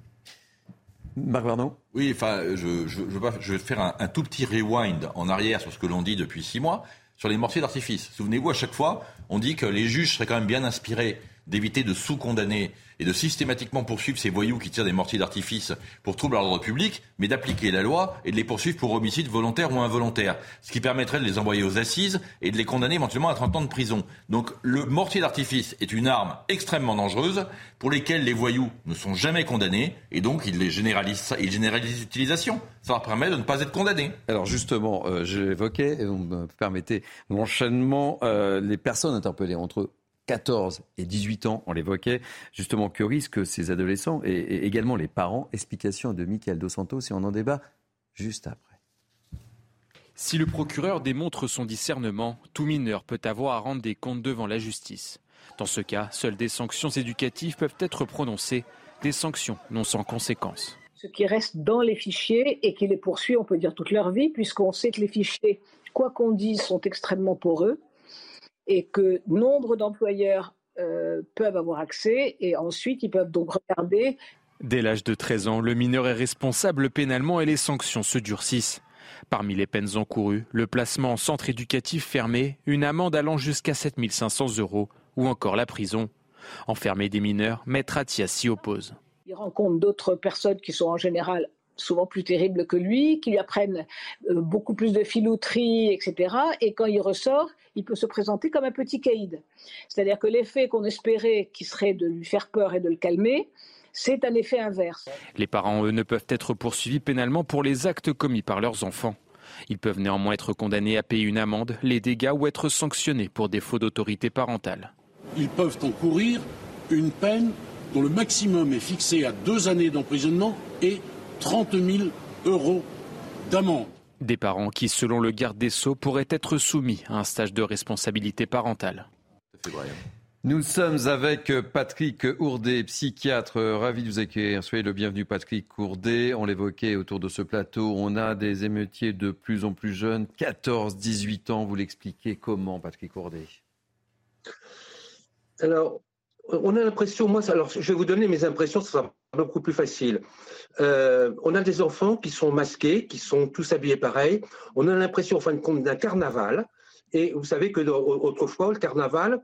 Marc Varnaud ? Oui, enfin, je, je, je, je vais faire un, un tout petit rewind en arrière sur ce que l'on dit depuis six mois, sur les mortiers d'artifice. Souvenez-vous, à chaque fois, on dit que les juges seraient quand même bien inspirés d'éviter de sous-condamner et de systématiquement poursuivre ces voyous qui tirent des mortiers d'artifice pour trouble à l'ordre public, mais d'appliquer la loi et de les poursuivre pour homicide volontaire ou involontaire, ce qui permettrait de les envoyer aux assises et de les condamner éventuellement à trente ans de prison. Donc le mortier d'artifice est une arme extrêmement dangereuse pour lesquelles les voyous ne sont jamais condamnés et donc ils les généralisent, ils généralisent l'utilisation. Ça leur permet de ne pas être condamnés. Alors justement, euh, je l'évoquais, et vous me permettez l'enchaînement, euh, les personnes interpellées entre quatorze et dix-huit ans, on l'évoquait, justement, que risquent ces adolescents et, et également les parents. Explication de Mickaël Dos Santos et on en débat juste après. Si le procureur démontre son discernement, tout mineur peut avoir à rendre des comptes devant la justice. Dans ce cas, seules des sanctions éducatives peuvent être prononcées, des sanctions non sans conséquences. Ce qui reste dans les fichiers et qui les poursuit, on peut dire, toute leur vie, puisqu'on sait que les fichiers, quoi qu'on dise, sont extrêmement poreux. Et que nombre d'employeurs euh, peuvent avoir accès et ensuite ils peuvent donc regarder. Dès l'âge de treize ans, le mineur est responsable pénalement et les sanctions se durcissent. Parmi les peines encourues, le placement en centre éducatif fermé, une amende allant jusqu'à sept mille cinq cents euros ou encore la prison. Enfermer des mineurs, Maître Attia s'y oppose. Il rencontre d'autres personnes qui sont en général souvent plus terribles que lui, qui lui apprennent beaucoup plus de filouterie, et cetera. Et quand il ressort, il peut se présenter comme un petit caïd. C'est-à-dire que l'effet qu'on espérait, qui serait de lui faire peur et de le calmer, c'est un effet inverse. Les parents, eux, ne peuvent être poursuivis pénalement pour les actes commis par leurs enfants. Ils peuvent néanmoins être condamnés à payer une amende, les dégâts ou être sanctionnés pour défaut d'autorité parentale. Ils peuvent encourir une peine dont le maximum est fixé à deux années d'emprisonnement et trente mille euros d'amende. Des parents qui, selon le garde des Sceaux, pourraient être soumis à un stage de responsabilité parentale. Nous sommes avec Patrick Ourdet, psychiatre. Ravi de vous accueillir. Soyez le bienvenu, Patrick Ourdet. On l'évoquait autour de ce plateau. On a des émeutiers de plus en plus jeunes, quatorze à dix-huit ans. Vous l'expliquez comment, Patrick Ourdet ? Alors, on a l'impression, moi, alors je vais vous donner mes impressions, ça sera beaucoup plus facile. Euh, on a des enfants qui sont masqués, qui sont tous habillés pareil. On a l'impression, en fin de compte, d'un carnaval. Et vous savez que autrefois, le carnaval,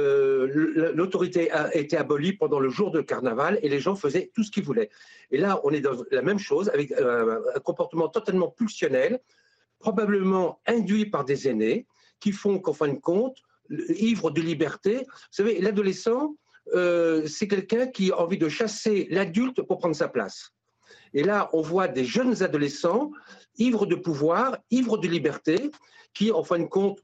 euh, l'autorité a été abolie pendant le jour de carnaval et les gens faisaient tout ce qu'ils voulaient. Et là, on est dans la même chose, avec euh, un comportement totalement pulsionnel, probablement induit par des aînés, qui font qu'en fin de compte, ivre de liberté, vous savez, l'adolescent, euh, c'est quelqu'un qui a envie de chasser l'adulte pour prendre sa place. Et là, on voit des jeunes adolescents, ivres de pouvoir, ivres de liberté, qui, en fin de compte,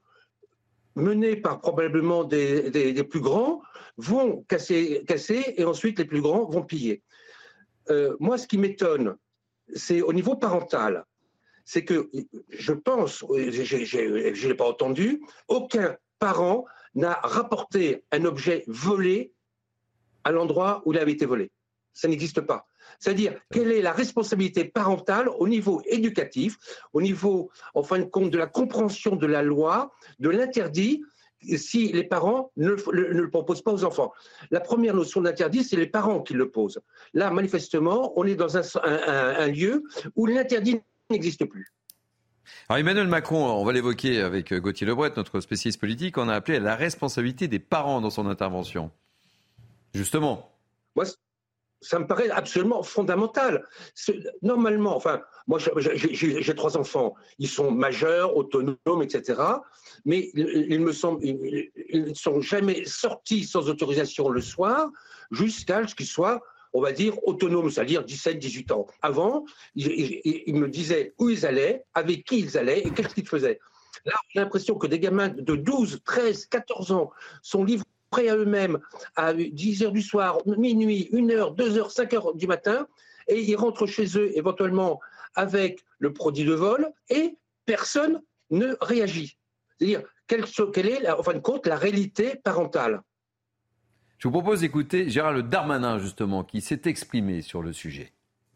menés par probablement des, des, des plus grands, vont casser, casser et ensuite les plus grands vont piller. Euh, moi, ce qui m'étonne, c'est au niveau parental, c'est que je pense, je ne l'ai pas entendu, aucun parent n'a rapporté un objet volé à l'endroit où il avait été volé. Ça n'existe pas. C'est-à-dire, quelle est la responsabilité parentale au niveau éducatif, au niveau, en fin de compte, de la compréhension de la loi, de l'interdit, si les parents ne, ne, ne le proposent pas aux enfants. La première notion d'interdit, c'est les parents qui le posent. Là, manifestement, on est dans un, un, un lieu où l'interdit n'existe plus. Alors Emmanuel Macron, on va l'évoquer avec Gauthier Lebret, notre spécialiste politique, on a appelé à la responsabilité des parents dans son intervention. Justement. Moi, ça me paraît absolument fondamental. Normalement, enfin, moi j'ai, j'ai trois enfants, ils sont majeurs, autonomes, et cetera. Mais il me semble, ils ne sont jamais sortis sans autorisation le soir jusqu'à ce qu'ils soient, on va dire, autonomes, c'est-à-dire dix-sept, dix-huit ans. Avant, ils, ils, ils me disaient où ils allaient, avec qui ils allaient et qu'est-ce qu'ils faisaient. Là, j'ai l'impression que des gamins de douze, treize, quatorze ans sont livrés prêts à eux-mêmes à dix heures du soir, minuit, une heure, deux heures, cinq heures du matin, et ils rentrent chez eux éventuellement avec le produit de vol et personne ne réagit. C'est-à-dire, quelle, quelle est, en fin de compte, la réalité parentale ? Je vous propose d'écouter Gérald Darmanin, justement, qui s'est exprimé sur le sujet.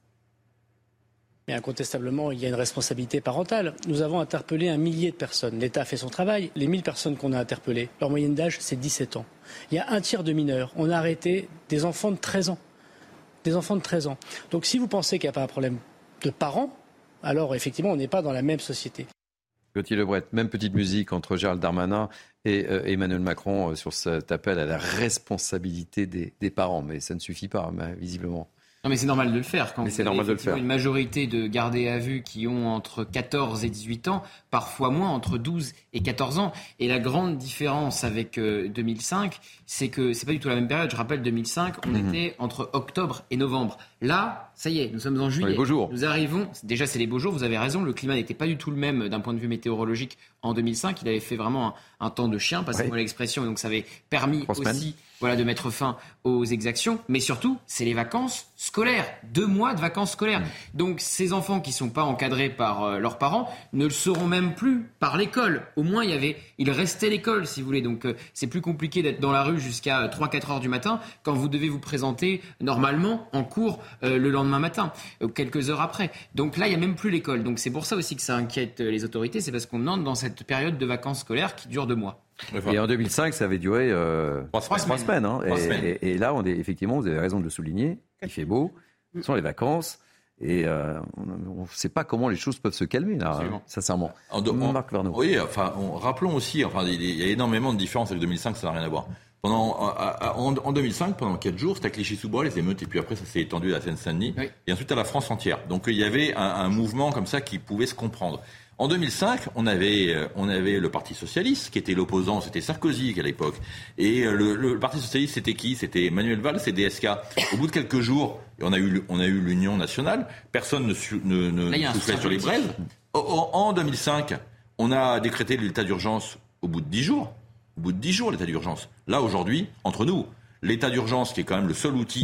Mais incontestablement, il y a une responsabilité parentale. Nous avons interpellé un millier de personnes. L'État a fait son travail. Les mille personnes qu'on a interpellées, leur moyenne d'âge, c'est dix-sept ans. Il y a un tiers de mineurs. On a arrêté des enfants de treize ans. Des enfants de treize ans. Donc si vous pensez qu'il n'y a pas un problème de parents, alors effectivement, on n'est pas dans la même société. Gauthier Lebret, même petite musique entre Gérald Darmanin et euh, Emmanuel Macron euh, sur cet appel à la responsabilité des, des parents. Mais ça ne suffit pas, mais, visiblement. Non mais c'est normal de le faire quand mais vous c'est avez normal de le faire. Une majorité de gardés à vue qui ont entre quatorze et dix-huit ans, parfois moins, entre douze et quatorze ans. Et la grande différence avec euh, deux mille cinq, c'est que c'est pas du tout la même période. Je rappelle, deux mille cinq, on mmh. était entre octobre et novembre. Là, ça y est, nous sommes en juillet. Les beaux jours. Nous arrivons, déjà c'est les beaux jours, vous avez raison, le climat n'était pas du tout le même d'un point de vue météorologique en deux mille cinq. Il avait fait vraiment un, un temps de chien, passez-moi oui. l'expression, donc ça avait permis Trois aussi... Semaines. Voilà, de mettre fin aux exactions. Mais surtout, c'est les vacances scolaires. Deux mois de vacances scolaires. Donc, ces enfants qui ne sont pas encadrés par euh, leurs parents ne le seront même plus par l'école. Au moins, il y avait, il restait l'école, si vous voulez. Donc, euh, c'est plus compliqué d'être dans la rue jusqu'à trois à quatre heures du matin quand vous devez vous présenter normalement en cours euh, le lendemain matin, euh, quelques heures après. Donc là, il n'y a même plus l'école. Donc, c'est pour ça aussi que ça inquiète les autorités. C'est parce qu'on entre dans cette période de vacances scolaires qui dure deux mois. Et en deux mille cinq, ça avait duré euh, trois, trois semaines. semaines, hein. trois et, semaines. Et, et là, on est, effectivement, vous avez raison de le souligner, il fait beau, ce sont les vacances, et euh, on ne sait pas comment les choses peuvent se calmer, là, hein, sincèrement. En, en, Marc Verneau. Oui, enfin, on, rappelons aussi, enfin, il y a énormément de différences avec deux mille cinq, ça n'a rien à voir. Pendant, en, en deux mille cinq, pendant quatre jours, c'était à Clichy-sous-Bois, les émeutes, et puis après, ça s'est étendu à la Seine-Saint-Denis, oui. Et ensuite à la France entière. Donc, il y avait un, un mouvement comme ça qui pouvait se comprendre. En deux mille cinq, on avait, on avait le Parti Socialiste, qui était l'opposant, c'était Sarkozy à l'époque. Et le, le Parti Socialiste, c'était qui ? C'était Manuel Valls et D S K. Au bout de quelques jours, on a eu, on a eu l'Union nationale, personne ne, ne, ne Là, soufflait sur les braises. En, en deux mille cinq, on a décrété l'état d'urgence au bout de dix jours. Au bout de dix jours, l'état d'urgence. Là, aujourd'hui, entre nous, l'état d'urgence, qui est quand même le seul outil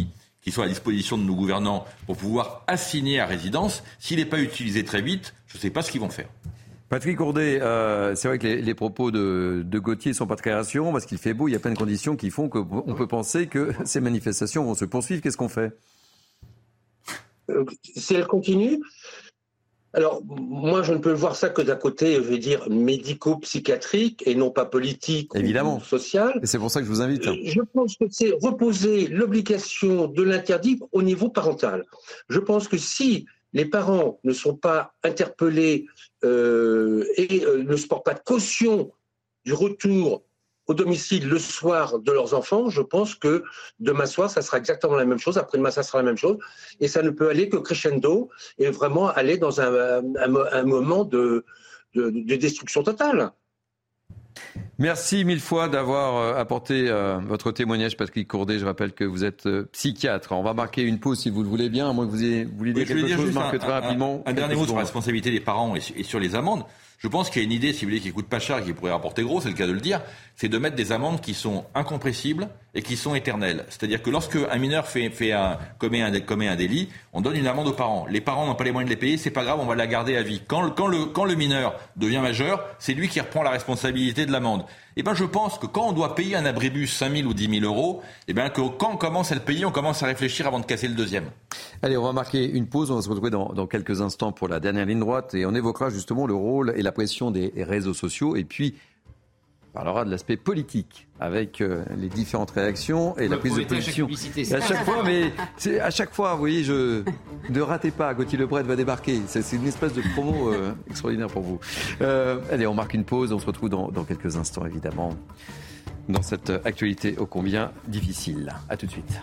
qui sont à la disposition de nos gouvernants pour pouvoir assigner à résidence, s'il n'est pas utilisé très vite, je ne sais pas ce qu'ils vont faire. Patrick Courdet, euh, c'est vrai que les, les propos de, de Gauthier ne sont pas très rassurants parce qu'il fait beau, il y a plein de conditions qui font qu'on peut penser que ces manifestations vont se poursuivre. Qu'est-ce qu'on fait ? euh, Si elles continuent, alors moi je ne peux voir ça que d'un côté, je vais dire, médico-psychiatrique et non pas politique Évidemment. ou social. Et c'est pour ça que je vous invite. Je pense que c'est reposer l'obligation de l'interdit au niveau parental. Je pense que si les parents ne sont pas interpellés euh, et euh, ne se portent pas de caution du retour au domicile le soir de leurs enfants, je pense que demain soir, ça sera exactement la même chose, après-demain, ça sera la même chose, et ça ne peut aller que crescendo et vraiment aller dans un, un, un moment de, de, de destruction totale. Merci mille fois d'avoir apporté euh, votre témoignage, Patrick Courdet. Je rappelle que vous êtes euh, psychiatre. On va marquer une pause si vous le voulez bien, à moins que vous ayez, vous vouliez dire oui, quelque chose, Marc, un, très rapidement. Un, un dernier mot sur la responsabilité des parents et, et sur les amendes. Je pense qu'il y a une idée, si vous voulez, qui coûte pas cher et qui pourrait rapporter gros, c'est le cas de le dire, c'est de mettre des amendes qui sont incompressibles et qui sont éternelles. C'est-à-dire que lorsque un mineur fait, fait un, commet, un, commet un délit, on donne une amende aux parents. Les parents n'ont pas les moyens de les payer, c'est pas grave, on va la garder à vie. Quand, quand, le, quand le mineur devient majeur, c'est lui qui reprend la responsabilité de l'amende. Eh ben, je pense que quand on doit payer un abribus cinq mille ou dix mille euros, eh ben, que quand on commence à le payer, on commence à réfléchir avant de casser le deuxième. Allez, on va marquer une pause. On va se retrouver dans, dans quelques instants pour la dernière ligne droite et on évoquera justement le rôle et la pression des réseaux sociaux. Et puis, on parlera de l'aspect politique avec euh, les différentes réactions et la prise de position. À chaque fois, mais c'est à chaque fois, vous voyez, je ne ratez pas. Gauthier Lebret va débarquer. C'est, c'est une espèce de promo euh, extraordinaire pour vous. Euh, allez, on marque une pause. On se retrouve dans, dans quelques instants, évidemment, dans cette actualité ô combien difficile. À tout de suite.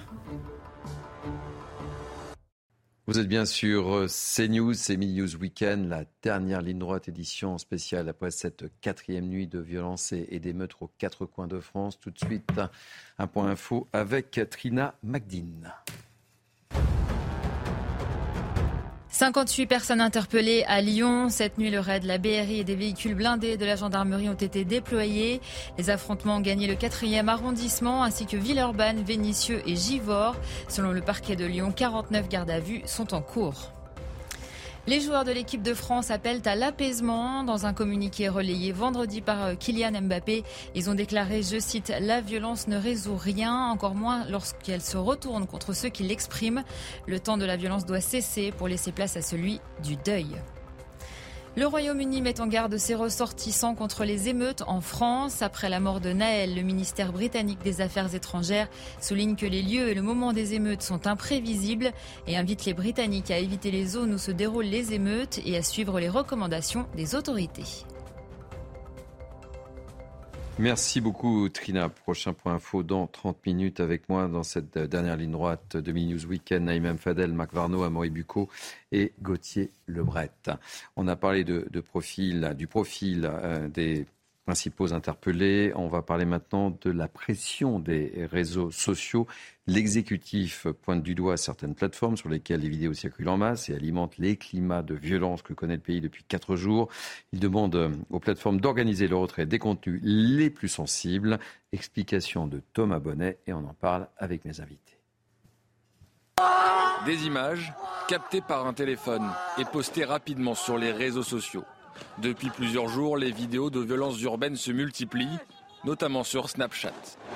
Vous êtes bien sur CNews, c'est Midi News Weekend, la dernière ligne droite édition spéciale après cette quatrième nuit de violence et d'émeutes aux quatre coins de France. Tout de suite, un point info avec Trina Magdine. cinquante-huit personnes interpellées à Lyon. Cette nuit, le raid, la B R I et des véhicules blindés de la gendarmerie ont été déployés. Les affrontements ont gagné le quatrième arrondissement ainsi que Villeurbanne, Vénissieux et Givors. Selon le parquet de Lyon, quarante-neuf gardes à vue sont en cours. Les joueurs de l'équipe de France appellent à l'apaisement. Dans un communiqué relayé vendredi par Kylian Mbappé, ils ont déclaré, je cite, « La violence ne résout rien, encore moins lorsqu'elle se retourne contre ceux qui l'expriment. Le temps de la violence doit cesser pour laisser place à celui du deuil ». Le Royaume-Uni met en garde ses ressortissants contre les émeutes en France. Après la mort de Naël, le ministère britannique des Affaires étrangères souligne que les lieux et le moment des émeutes sont imprévisibles et invite les Britanniques à éviter les zones où se déroulent les émeutes et à suivre les recommandations des autorités. Merci beaucoup Trina. Prochain point info dans trente minutes avec moi dans cette dernière ligne droite de Midi News Weekend. Naïm Fadel, Marc Varno, Amaury Bucco et Gauthier Lebret. On a parlé de, de profil, du profil euh, des principaux interpellés. On va parler maintenant de la pression des réseaux sociaux. L'exécutif pointe du doigt certaines plateformes sur lesquelles les vidéos circulent en masse et alimentent les climats de violence que connaît le pays depuis quatre jours. Il demande aux plateformes d'organiser le retrait des contenus les plus sensibles. Explication de Thomas Bonnet et on en parle avec mes invités. Des images captées par un téléphone et postées rapidement sur les réseaux sociaux. Depuis plusieurs jours, les vidéos de violences urbaines se multiplient, notamment sur Snapchat.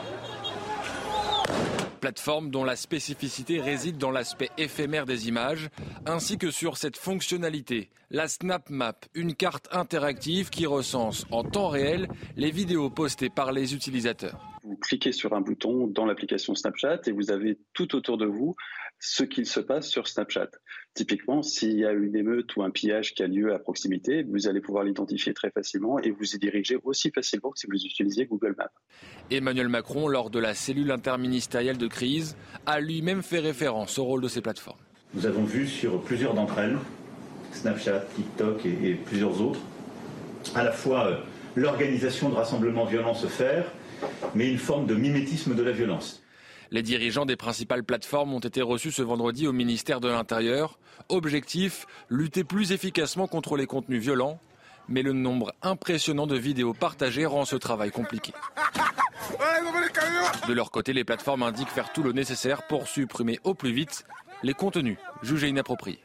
Plateforme dont la spécificité réside dans l'aspect éphémère des images, ainsi que sur cette fonctionnalité, la Snap Map, une carte interactive qui recense en temps réel les vidéos postées par les utilisateurs. Vous cliquez sur un bouton dans l'application Snapchat et vous avez tout autour de vous ce qu'il se passe sur Snapchat. Typiquement, s'il y a une émeute ou un pillage qui a lieu à proximité, vous allez pouvoir l'identifier très facilement et vous y diriger aussi facilement que si vous utilisiez Google Maps. Emmanuel Macron, lors de la cellule interministérielle de crise, a lui-même fait référence au rôle de ces plateformes. Nous avons vu sur plusieurs d'entre elles, Snapchat, TikTok et, et plusieurs autres, à la fois euh, l'organisation de rassemblements violents se faire, mais une forme de mimétisme de la violence. Les dirigeants des principales plateformes ont été reçus ce vendredi au ministère de l'Intérieur. Objectif, lutter plus efficacement contre les contenus violents. Mais le nombre impressionnant de vidéos partagées rend ce travail compliqué. De leur côté, les plateformes indiquent faire tout le nécessaire pour supprimer au plus vite les contenus jugés inappropriés.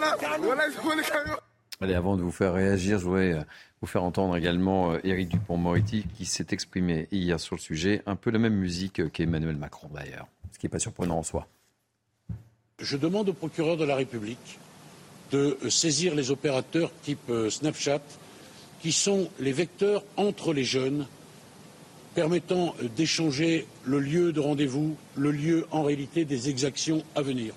Allez, avant de vous faire réagir, je voudrais vous faire entendre également Éric Dupond-Moretti qui s'est exprimé hier sur le sujet. Un peu la même musique qu'Emmanuel Macron d'ailleurs, ce qui n'est pas surprenant en soi. Je demande au procureur de la République de saisir les opérateurs type Snapchat qui sont les vecteurs entre les jeunes permettant d'échanger le lieu de rendez-vous, le lieu en réalité des exactions à venir.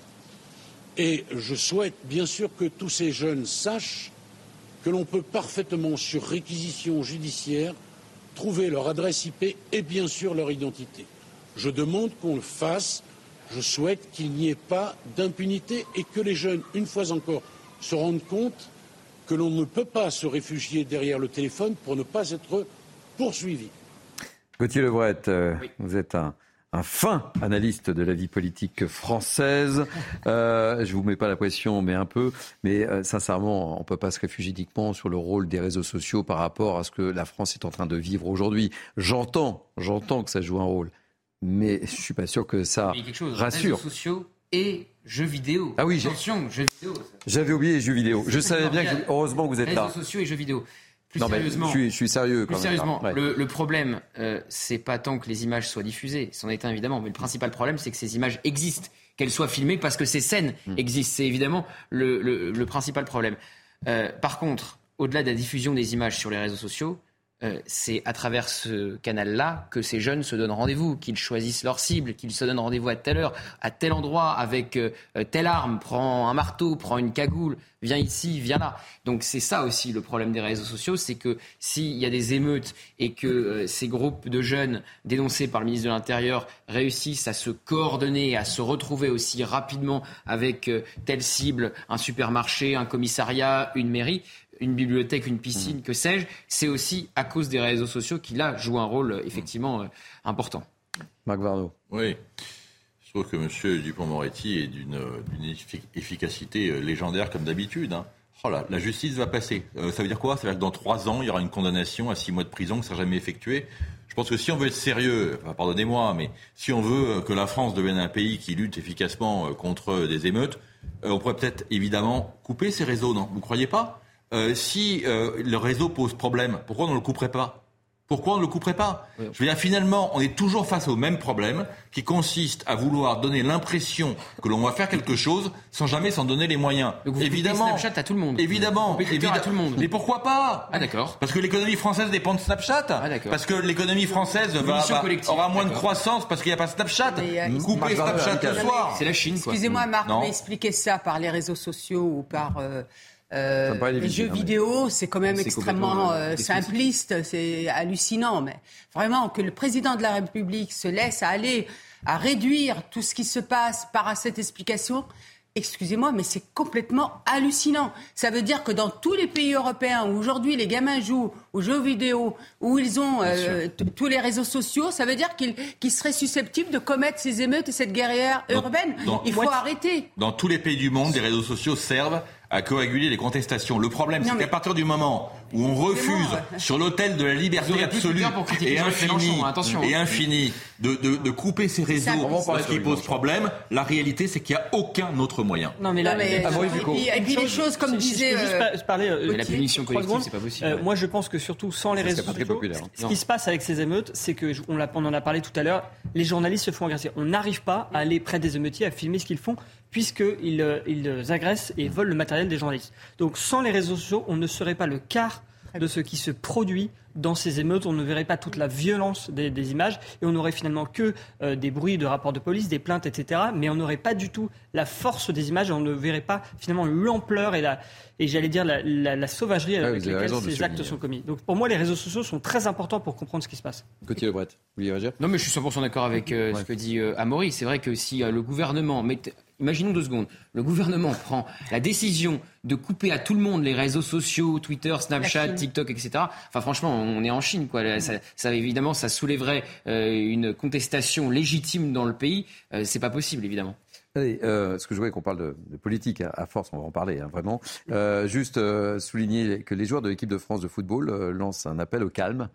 Et je souhaite bien sûr que tous ces jeunes sachent que l'on peut parfaitement, sur réquisition judiciaire, trouver leur adresse I P et bien sûr leur identité. Je demande qu'on le fasse. Je souhaite qu'il n'y ait pas d'impunité et que les jeunes, une fois encore, se rendent compte que l'on ne peut pas se réfugier derrière le téléphone pour ne pas être poursuivi. Gauthier Lebret, euh, oui. Vous êtes un, un fin analyste de la vie politique française. Euh, je ne vous mets pas la pression, mais un peu. Mais euh, sincèrement, on ne peut pas se réfugier uniquement sur le rôle des réseaux sociaux par rapport à ce que la France est en train de vivre aujourd'hui. J'entends, j'entends que ça joue un rôle, mais je ne suis pas sûr que ça chose, rassure. Réseaux sociaux et jeux vidéo. Ah oui, attention, jeux vidéo. J'avais oublié les jeux vidéo. Je savais bien que, heureusement que vous êtes réseaux là. Réseaux sociaux et jeux vidéo. Plus non, sérieusement, je suis, je suis sérieux. Plus quand sérieusement, même. Ouais. le, le problème, euh, c'est pas tant que les images soient diffusées, c'en est un évidemment, mais le principal problème, c'est que ces images existent, qu'elles soient filmées parce que ces scènes mmh. existent. C'est évidemment le, le, le principal problème. Euh, par contre, au-delà de la diffusion des images sur les réseaux sociaux, euh, c'est à travers ce canal-là que ces jeunes se donnent rendez-vous, qu'ils choisissent leur cible, qu'ils se donnent rendez-vous à telle heure, à tel endroit, avec euh, telle arme, prends un marteau, prends une cagoule, viens ici, viens là. Donc c'est ça aussi le problème des réseaux sociaux, c'est que s'il y a des émeutes et que euh, ces groupes de jeunes dénoncés par le ministre de l'Intérieur réussissent à se coordonner, à se retrouver aussi rapidement avec euh, telle cible, un supermarché, un commissariat, une mairie, une bibliothèque, une piscine, que sais-je, c'est aussi à cause des réseaux sociaux qui, là, jouent un rôle effectivement euh, important. Marc Varno. Oui. Je trouve que M. Dupond-Moretti est d'une, d'une efficacité légendaire comme d'habitude. Hein. Oh là, la justice va passer. Euh, ça veut dire quoi ? Ça veut dire que dans trois ans, il y aura une condamnation à six mois de prison que ça n'a jamais effectué. Je pense que si on veut être sérieux, enfin, pardonnez-moi, mais si on veut que la France devienne un pays qui lutte efficacement contre des émeutes, euh, on pourrait peut-être évidemment couper ces réseaux, non ? Vous ne croyez pas ? Euh, si euh, le réseau pose problème, pourquoi on ne le couperait pas ? Pourquoi on ne le couperait pas ? Je veux dire, finalement, on est toujours face au même problème qui consiste à vouloir donner l'impression que l'on va faire quelque chose sans jamais s'en donner les moyens. Donc vous évidemment, Snapchat à tout le monde. Évidemment, évidemment. à tout le monde. Mais pourquoi pas ? Ah d'accord. Parce que l'économie française dépend de Snapchat. Ah d'accord. Parce que l'économie française va, va, aura moins d'accord. de croissance parce qu'il n'y a pas Snapchat. Mais, euh, Couper Snapchat ce soir. C'est la Chine, quoi. Excusez-moi, Marc, mais expliquez ça par les réseaux sociaux ou par... Euh... Euh, les jeux hein, vidéo, c'est quand même c'est extrêmement euh, simpliste, c'est hallucinant. Mais vraiment, que le président de la République se laisse aller à réduire tout ce qui se passe par cette explication, excusez-moi, mais c'est complètement hallucinant. Ça veut dire que dans tous les pays européens où aujourd'hui les gamins jouent aux jeux vidéo, où ils ont euh, tous les réseaux sociaux, ça veut dire qu'ils, qu'ils seraient susceptibles de commettre ces émeutes et cette guerrière urbaine. Dans, dans, Il faut ouais, arrêter. Dans tous les pays du monde, les réseaux sociaux servent à coaguler les contestations. Le problème, non, c'est mais... qu'à partir du moment où on refuse, sur l'autel de la liberté absolue et infinie, et infinie de, de, de couper ces réseaux parce qu'ils posent problème, la réalité, c'est qu'il n'y a aucun autre moyen. Non, mais là, mais, ah, bon, et puis les choses, comme disait... Je peux juste parler... Euh, la punition collective, c'est pas possible. Euh, moi, je pense que surtout, sans les réseaux sociaux, ce qui se passe avec ces émeutes, c'est que, on, l'a, on en a parlé tout à l'heure, les journalistes se font agresser. On n'arrive pas à aller près des émeutiers, à filmer ce qu'ils font, puisqu'ils euh, ils agressent et volent le matériel des journalistes. Donc sans les réseaux sociaux, on ne serait pas le quart de ce qui se produit dans ces émeutes. On ne verrait pas toute la violence des, des images et on n'aurait finalement que euh, des bruits de rapports de police, des plaintes, et cetera. Mais on n'aurait pas du tout la force des images et on ne verrait pas finalement l'ampleur et, la, et j'allais dire la, la, la sauvagerie avec ah, laquelle ces actes sont commis. Donc pour moi, les réseaux sociaux sont très importants pour comprendre ce qui se passe. Gauthier Lebret, vous vouliez réagir ? Non, mais je suis cent pour cent d'accord avec euh, ouais. ce que dit euh, Amaury. C'est vrai que si euh, le gouvernement... Met... Imaginons deux secondes, le gouvernement prend la décision de couper à tout le monde les réseaux sociaux, Twitter, Snapchat, TikTok, et cetera. Enfin, franchement, on est en Chine, quoi. Ça, ça évidemment, ça soulèverait euh, une contestation légitime dans le pays. Euh, c'est pas possible, évidemment. Allez, euh, ce que je voulais qu'on parle de, de politique, hein, à force, on va en parler, hein, vraiment. Euh, juste euh, souligner que les joueurs de l'équipe de France de football euh, lancent un appel au calme.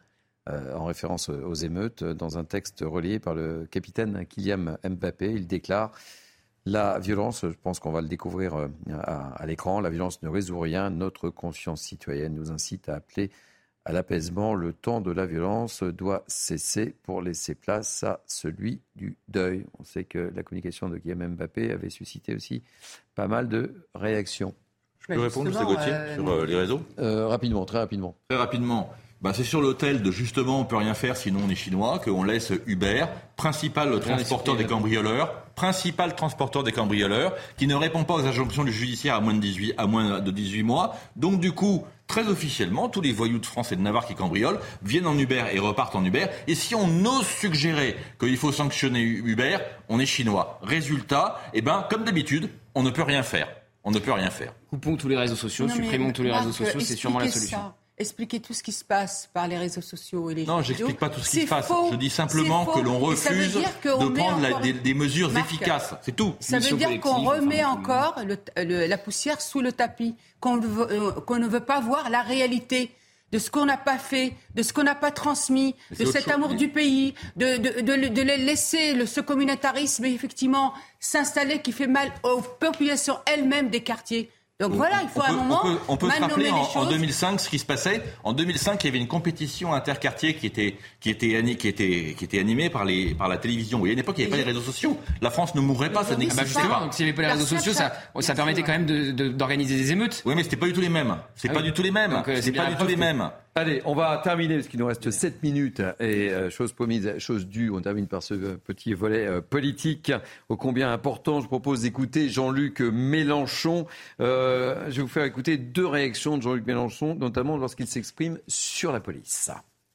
euh, en référence aux émeutes, dans un texte relayé par le capitaine Kylian Mbappé. Il déclare « La violence, je pense qu'on va le découvrir à, à l'écran, la violence ne résout rien. Notre conscience citoyenne nous incite à appeler à l'apaisement. Le temps de la violence doit cesser pour laisser place à celui du deuil. » On sait que la communication de Kylian Mbappé avait suscité aussi pas mal de réactions. Je peux répondre, M. Gauthier, euh, sur euh, les réseaux euh, Rapidement, très rapidement. Très rapidement. Ben, c'est sur l'hôtel de justement on peut rien faire sinon on est chinois qu'on laisse Uber, principal transporteur des cambrioleurs, principal transporteur des cambrioleurs, qui ne répond pas aux injonctions du judiciaire à moins de dix-huit, à moins de dix-huit mois. Donc du coup, très officiellement, tous les voyous de France et de Navarre qui cambriolent viennent en Uber et repartent en Uber. Et si on ose suggérer qu'il faut sanctionner Uber, on est chinois. Résultat, eh ben, comme d'habitude, on ne peut rien faire. On ne peut rien faire. Coupons tous les réseaux sociaux, non, supprimons tous les Marc, réseaux sociaux, c'est sûrement la solution. Ça. Expliquer tout ce qui se passe par les réseaux sociaux et les Non, j'explique pas tout ce qui se passe. Faux. Je dis simplement que l'on refuse de prendre la, des, des mesures Marc, efficaces. C'est tout. Ça veut dire qu'on remet encore le, le, la poussière sous le tapis, qu'on, veut, qu'on ne veut pas voir la réalité de ce qu'on n'a pas fait, de ce qu'on n'a pas transmis, de cet chose. amour du pays, de, de, de, de laisser le, ce communautarisme effectivement s'installer qui fait mal aux populations elles-mêmes des quartiers. Donc voilà, il faut on à un peut, moment on peut, on peut se rappeler en, en deux mille cinq ce qui se passait. En deux mille cinq, il y avait une compétition interquartier qui était qui était qui était qui était animée par les par la télévision. Il y a une époque, il n'y avait pas les réseaux sociaux. La France ne mourrait pas, ça n'existait pas. Donc s'il n'y avait pas les réseaux sociaux, ça ça permettait quand même de, de, d'organiser des émeutes. Oui, mais c'était pas du tout les mêmes. C'est ah pas oui. du tout les mêmes. Donc, euh, c'est pas du tout les mêmes. Allez, on va terminer parce qu'il nous reste sept minutes et euh, chose promise, chose due. On termine par ce euh, petit volet euh, politique ô combien important. Je propose d'écouter Jean-Luc Mélenchon. Euh, je vais vous faire écouter deux réactions de Jean-Luc Mélenchon, notamment lorsqu'il s'exprime sur la police.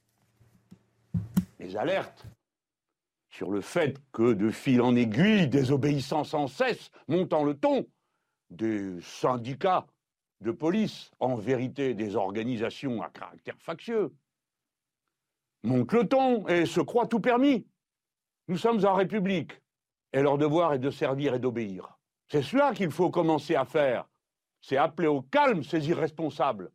Les alertes sur le fait que de fil en aiguille, désobéissant sans cesse, montant le ton, des syndicats de police, en vérité des organisations à caractère factieux, montent le ton et se croient tout permis. Nous sommes en République et leur devoir est de servir et d'obéir. C'est cela qu'il faut commencer à faire. C'est appeler au calme ces irresponsables.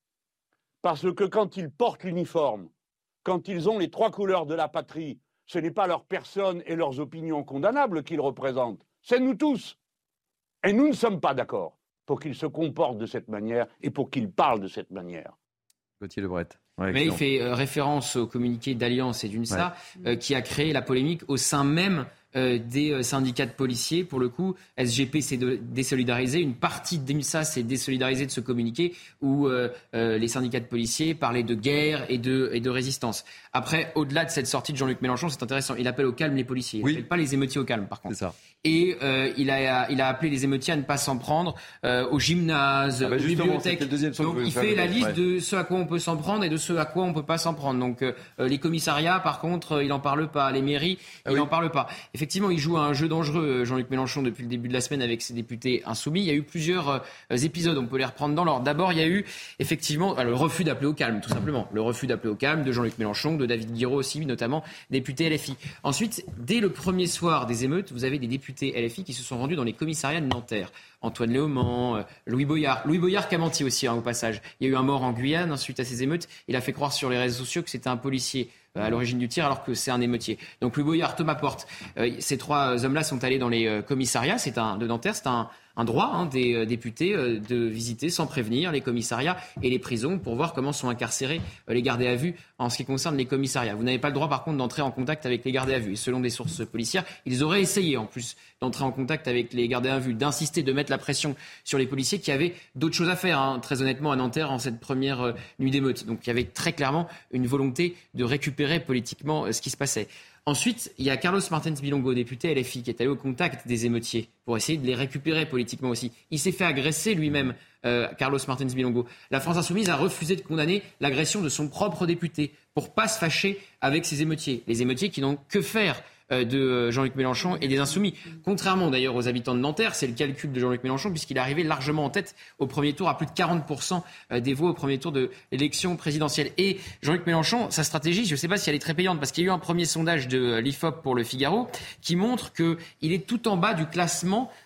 Parce que quand ils portent l'uniforme, quand ils ont les trois couleurs de la patrie, ce n'est pas leur personne et leurs opinions condamnables qu'ils représentent, c'est nous tous. Et nous ne sommes pas d'accord pour qu'ils se comportent de cette manière et pour qu'ils parlent de cette manière. Gauthier Lebret. Ouais, Mais il fait euh, référence au communiqué d'Alliance et d'UNSA ouais. euh, qui a créé la polémique au sein même euh, des euh, syndicats de policiers. Pour le coup, S G P s'est de, désolidarisé. Une partie d'UNSA s'est désolidarisée de ce communiqué où euh, euh, les syndicats de policiers parlaient de guerre et de, et de résistance. Après, au-delà de cette sortie de Jean-Luc Mélenchon, c'est intéressant. Il appelle au calme les policiers. Il oui. n'appelle pas les émeutiers au calme, par contre. C'est ça. Et euh, il, a, il a appelé les émeutiers à ne pas s'en prendre euh, au gymnase, ah bah aux bibliothèques. Donc il fait la liste ouais. de ce à quoi on peut s'en prendre et de ce à quoi on ne peut pas s'en prendre. Donc euh, les commissariats, par contre, euh, il n'en parle pas. Les mairies, ah il n'en oui. parle pas. Effectivement, il joue à un jeu dangereux, Jean-Luc Mélenchon, depuis le début de la semaine avec ses députés insoumis. Il y a eu plusieurs euh, épisodes, on peut les reprendre dans l'ordre. D'abord, il y a eu effectivement le refus d'appeler au calme, tout simplement. Le refus d'appeler au calme de Jean-Luc Mélenchon, de David Guiraud aussi, notamment député L F I. Ensuite, dès le premier soir des émeutes, vous avez des députés L F I qui se sont rendus dans les commissariats de Nanterre. Antoine Léaumont, euh, Louis Boyard. Louis Boyard qui a menti aussi, hein, au passage. Il y a eu un mort en Guyane hein, suite à ces émeutes. Il a fait croire sur les réseaux sociaux que c'était un policier euh, à l'origine du tir alors que c'est un émeutier. Donc Louis Boyard, Thomas Porte. Euh, ces trois hommes-là sont allés dans les euh, commissariats. C'est un, de Nanterre, c'est un... un droit hein, des euh, députés euh, de visiter sans prévenir les commissariats et les prisons pour voir comment sont incarcérés euh, les gardés à vue en ce qui concerne les commissariats. Vous n'avez pas le droit par contre d'entrer en contact avec les gardés à vue. Et selon des sources policières, ils auraient essayé en plus d'entrer en contact avec les gardés à vue, d'insister, de mettre la pression sur les policiers qui avaient d'autres choses à faire, hein, très honnêtement, à Nanterre en cette première euh, nuit d'émeute. Donc il y avait très clairement une volonté de récupérer politiquement euh, ce qui se passait. Ensuite, il y a Carlos Martins Bilongo, député L F I, qui est allé au contact des émeutiers pour essayer de les récupérer politiquement aussi. Il s'est fait agresser lui-même, euh, Carlos Martins Bilongo. La France Insoumise a refusé de condamner l'agression de son propre député pour pas se fâcher avec ces émeutiers. Les émeutiers qui n'ont que faire de Jean-Luc Mélenchon et des Insoumis. Contrairement d'ailleurs aux habitants de Nanterre, c'est le calcul de Jean-Luc Mélenchon puisqu'il est arrivé largement en tête au premier tour, à plus de quarante pour cent des voix au premier tour de l'élection présidentielle. Et Jean-Luc Mélenchon, sa stratégie, je ne sais pas si elle est très payante parce qu'il y a eu un premier sondage de l'I F O P pour le Figaro qui montre qu'il est tout en bas du classement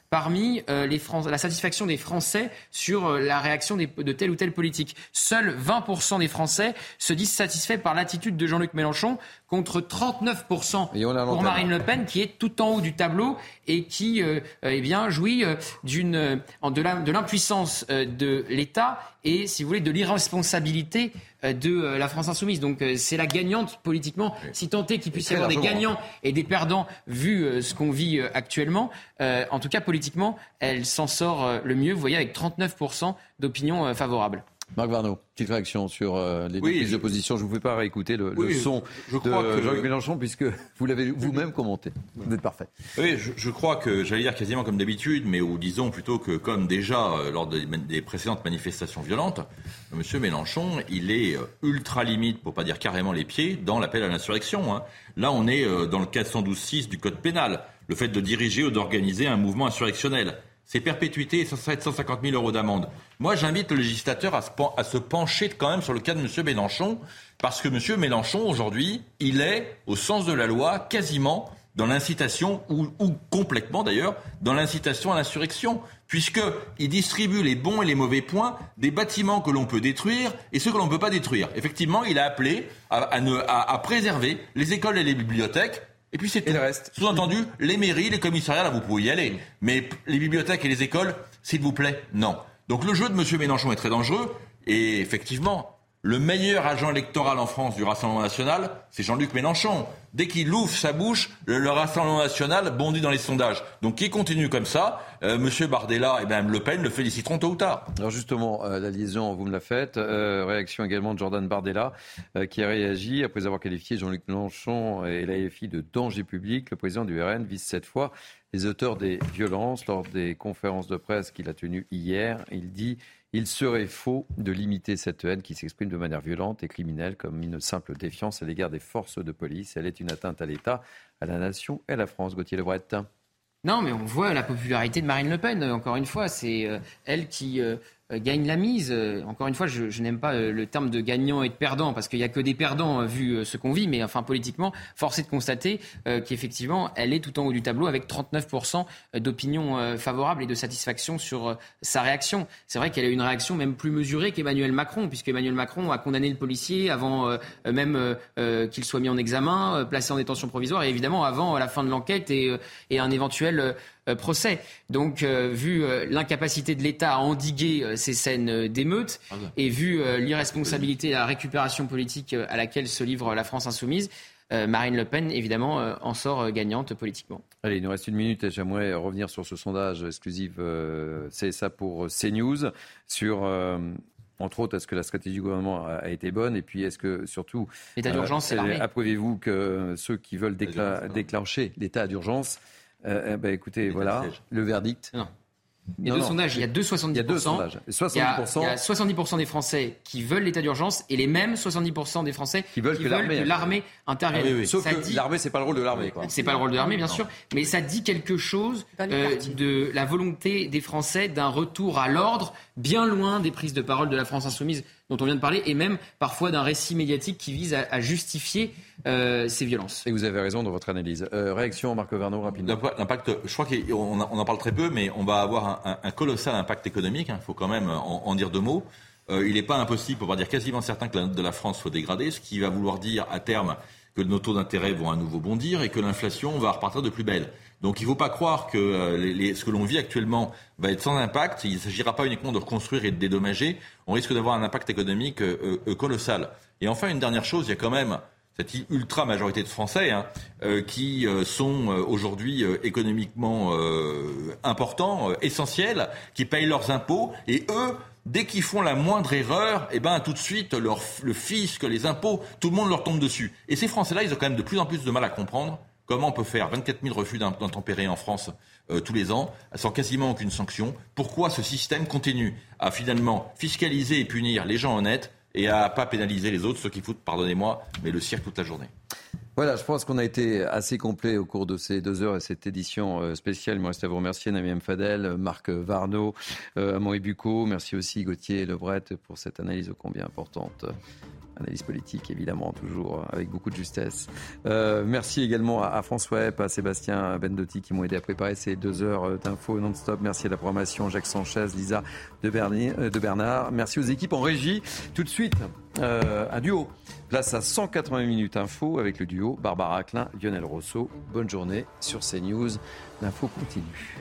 parmi euh, les Fran- la satisfaction des Français sur euh, la réaction des, de telle ou telle politique. Seuls vingt pour cent des Français se disent satisfaits par l'attitude de Jean-Luc Mélenchon, contre trente-neuf pour cent pour Marine Le Pen, qui est tout en haut du tableau et qui euh, eh bien, jouit euh, d'une, euh, de, la, de l'impuissance euh, de l'État et, si vous voulez, de l'irresponsabilité euh, de euh, la France insoumise. Donc euh, c'est la gagnante politiquement, oui. Si tant est qu'il puisse y avoir des gagnants et des perdants, vu euh, ce qu'on vit euh, actuellement. Euh, en tout cas, politiquement, elle s'en sort euh, le mieux, vous voyez, avec trente-neuf pour cent d'opinion euh, favorable. Marc Varnaud, petite réaction sur euh, les oui, prises je... d'opposition. Je ne vous fais pas réécouter le, oui, le son je, je crois de que... Jean-Luc Mélenchon, puisque vous l'avez vous-même commenté. Vous êtes parfait. Oui, je, je crois que, j'allais dire quasiment comme d'habitude, mais ou disons plutôt que comme déjà euh, lors des, des précédentes manifestations violentes, M. Mélenchon, il est euh, ultra limite, pour pas dire carrément les pieds, dans l'appel à l'insurrection. Hein. Là, on est euh, dans le quatre cent douze six du Code pénal, le fait de diriger ou d'organiser un mouvement insurrectionnel. C'est perpétuité et ça serait cent cinquante mille euros d'amende. Moi, j'invite le législateur à se, pen- à se pencher quand même sur le cas de M. Mélenchon, parce que M. Mélenchon, aujourd'hui, il est, au sens de la loi, quasiment dans l'incitation, ou, ou complètement d'ailleurs, dans l'incitation à l'insurrection, puisqu'il distribue les bons et les mauvais points des bâtiments que l'on peut détruire et ceux que l'on ne peut pas détruire. Effectivement, il a appelé à, à, ne, à, à préserver les écoles et les bibliothèques. Et puis c'est tout. Et le reste. Sous-entendu, les mairies, les commissariats, là vous pouvez y aller. Mais les bibliothèques et les écoles, s'il vous plaît, non. Donc le jeu de M. Mélenchon est très dangereux. Et effectivement, le meilleur agent électoral en France du Rassemblement national, c'est Jean-Luc Mélenchon. Dès qu'il ouvre sa bouche, le, le Rassemblement national bondit dans les sondages. Donc qu'il continue comme ça, euh, M. Bardella et Mme Le Pen le féliciteront tôt ou tard. Alors justement, euh, la liaison, vous me la faites. Euh, réaction également de Jordan Bardella, euh, qui a réagi après avoir qualifié Jean-Luc Mélenchon et l'A F I de danger public. Le président du R N vise cette fois les auteurs des violences. Lors des conférences de presse qu'il a tenues hier, il dit « Il serait faux de limiter cette haine qui s'exprime de manière violente et criminelle comme une simple défiance à l'égard des forces de police. Elle est une atteinte à l'État, à la nation et à la France. » Gauthier Lebret. Non, mais on voit la popularité de Marine Le Pen. Encore une fois, c'est euh, elle qui euh, gagne la mise. Euh, encore une fois, je, je n'aime pas euh, le terme de gagnant et de perdant, parce qu'il n'y a que des perdants euh, vu euh, ce qu'on vit. Mais enfin, politiquement, force est de constater euh, qu'effectivement, elle est tout en haut du tableau avec trente-neuf pour cent d'opinion euh, favorable et de satisfaction sur euh, sa réaction. C'est vrai qu'elle a une réaction même plus mesurée qu'Emmanuel Macron, puisque Emmanuel Macron a condamné le policier avant euh, même euh, euh, qu'il soit mis en examen, euh, placé en détention provisoire, et évidemment avant euh, la fin de l'enquête et, euh, et un éventuel Euh, procès. Donc, euh, vu euh, l'incapacité de l'État à endiguer euh, ces scènes euh, d'émeutes et vu euh, l'irresponsabilité et la récupération politique euh, à laquelle se livre la France insoumise, euh, Marine Le Pen, évidemment, euh, en sort euh, gagnante politiquement. Allez, il nous reste une minute et j'aimerais revenir sur ce sondage exclusif euh, C S A pour CNews sur... Euh Entre autres, est-ce que la stratégie du gouvernement a, a été bonne? Et puis, est-ce que, surtout, l'état d'urgence, euh, c'est l'armée. Approuvez-vous que ceux qui veulent décla- déclencher l'état d'urgence, euh, eh ben, écoutez, voilà, le verdict. Non. Il y a non, deux non. sondages, il y a deux soixante-dix pour cent. Il y a deux sondages. soixante-dix pour cent. Il y a, il y a soixante-dix pour cent des Français qui veulent l'état d'urgence et les mêmes soixante-dix pour cent des Français qui veulent, qui que, veulent l'armée, que l'armée intervienne. Ah oui, oui. Sauf ça que dit... l'armée, c'est pas le rôle de l'armée. Quoi. C'est pas le rôle de l'armée, bien non. sûr, mais ça dit quelque chose euh, de la volonté des Français d'un retour à l'ordre, bien loin des prises de parole de la France insoumise dont on vient de parler, et même parfois d'un récit médiatique qui vise à, à justifier euh, ces violences. Et vous avez raison dans votre analyse. Euh, réaction, Marc Varnaud, rapidement. L'impact, je crois qu'on en parle très peu, mais on va avoir un, un, un colossal impact économique. Il hein, faut quand même en, en dire deux mots. Euh, il n'est pas impossible, pour pas dire quasiment certain, que la note de la France soit dégradée, ce qui va vouloir dire à terme que nos taux d'intérêt vont à nouveau bondir et que l'inflation va repartir de plus belle. Donc il ne faut pas croire que euh, les, les, ce que l'on vit actuellement va être sans impact. Il ne s'agira pas uniquement de reconstruire et de dédommager. On risque d'avoir un impact économique euh, euh, colossal. Et enfin, une dernière chose, il y a quand même cette ultra-majorité de Français hein, euh, qui euh, sont euh, aujourd'hui euh, économiquement euh, importants, euh, essentiels, qui payent leurs impôts. Et eux, dès qu'ils font la moindre erreur, eh ben, tout de suite, leur, le fisc, les impôts, tout le monde leur tombe dessus. Et ces Français-là, ils ont quand même de plus en plus de mal à comprendre comment on peut faire vingt-quatre mille refus d'intempérer en France euh, tous les ans, sans quasiment aucune sanction. Pourquoi ce système continue à finalement fiscaliser et punir les gens honnêtes et à pas pénaliser les autres, ceux qui foutent, pardonnez-moi, mais le cirque toute la journée. Voilà, je pense qu'on a été assez complet au cours de ces deux heures et cette édition spéciale. Il me reste à vous remercier, Naïm M. Fadel, Marc Varnaud, euh, Amaury Bucco. Merci aussi Gauthier Lebret pour cette analyse ô combien importante. Analyse politique, évidemment, toujours avec beaucoup de justesse. Euh, merci également à, à François Epp, à Sébastien Bendotti qui m'ont aidé à préparer ces deux heures d'infos non-stop. Merci à la programmation, Jacques Sanchez, Lisa de, Berni, de Bernard. Merci aux équipes en régie. Tout de suite, euh, un duo. Place à cent quatre-vingts minutes info avec le duo Barbara Klein, Lionel Rousseau. Bonne journée sur CNews. L'info continue.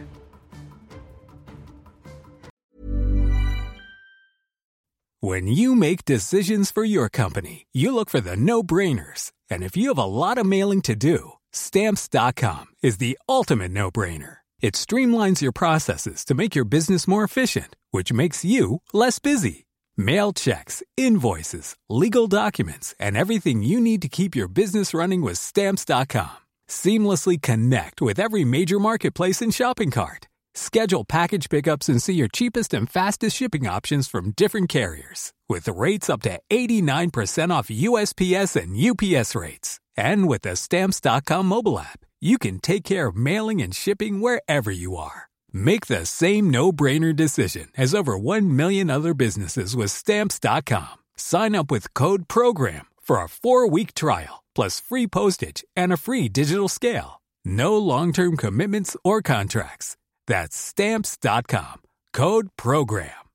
When you make decisions for your company, you look for the no-brainers. And if you have a lot of mailing to do, Stamps dot com is the ultimate no-brainer. It streamlines your processes to make your business more efficient, which makes you less busy. Mail checks, invoices, legal documents, and everything you need to keep your business running with Stamps dot com. Seamlessly connect with every major marketplace and shopping cart. Schedule package pickups and see your cheapest and fastest shipping options from different carriers. With rates up to eighty-nine percent off U S P S and U P S rates. And with the Stamps dot com mobile app, you can take care of mailing and shipping wherever you are. Make the same no-brainer decision as over one million other businesses with Stamps dot com. Sign up with code PROGRAM for a four-week trial, plus free postage and a free digital scale. No long-term commitments or contracts. That's Stamps dot com. Code PROGRAM.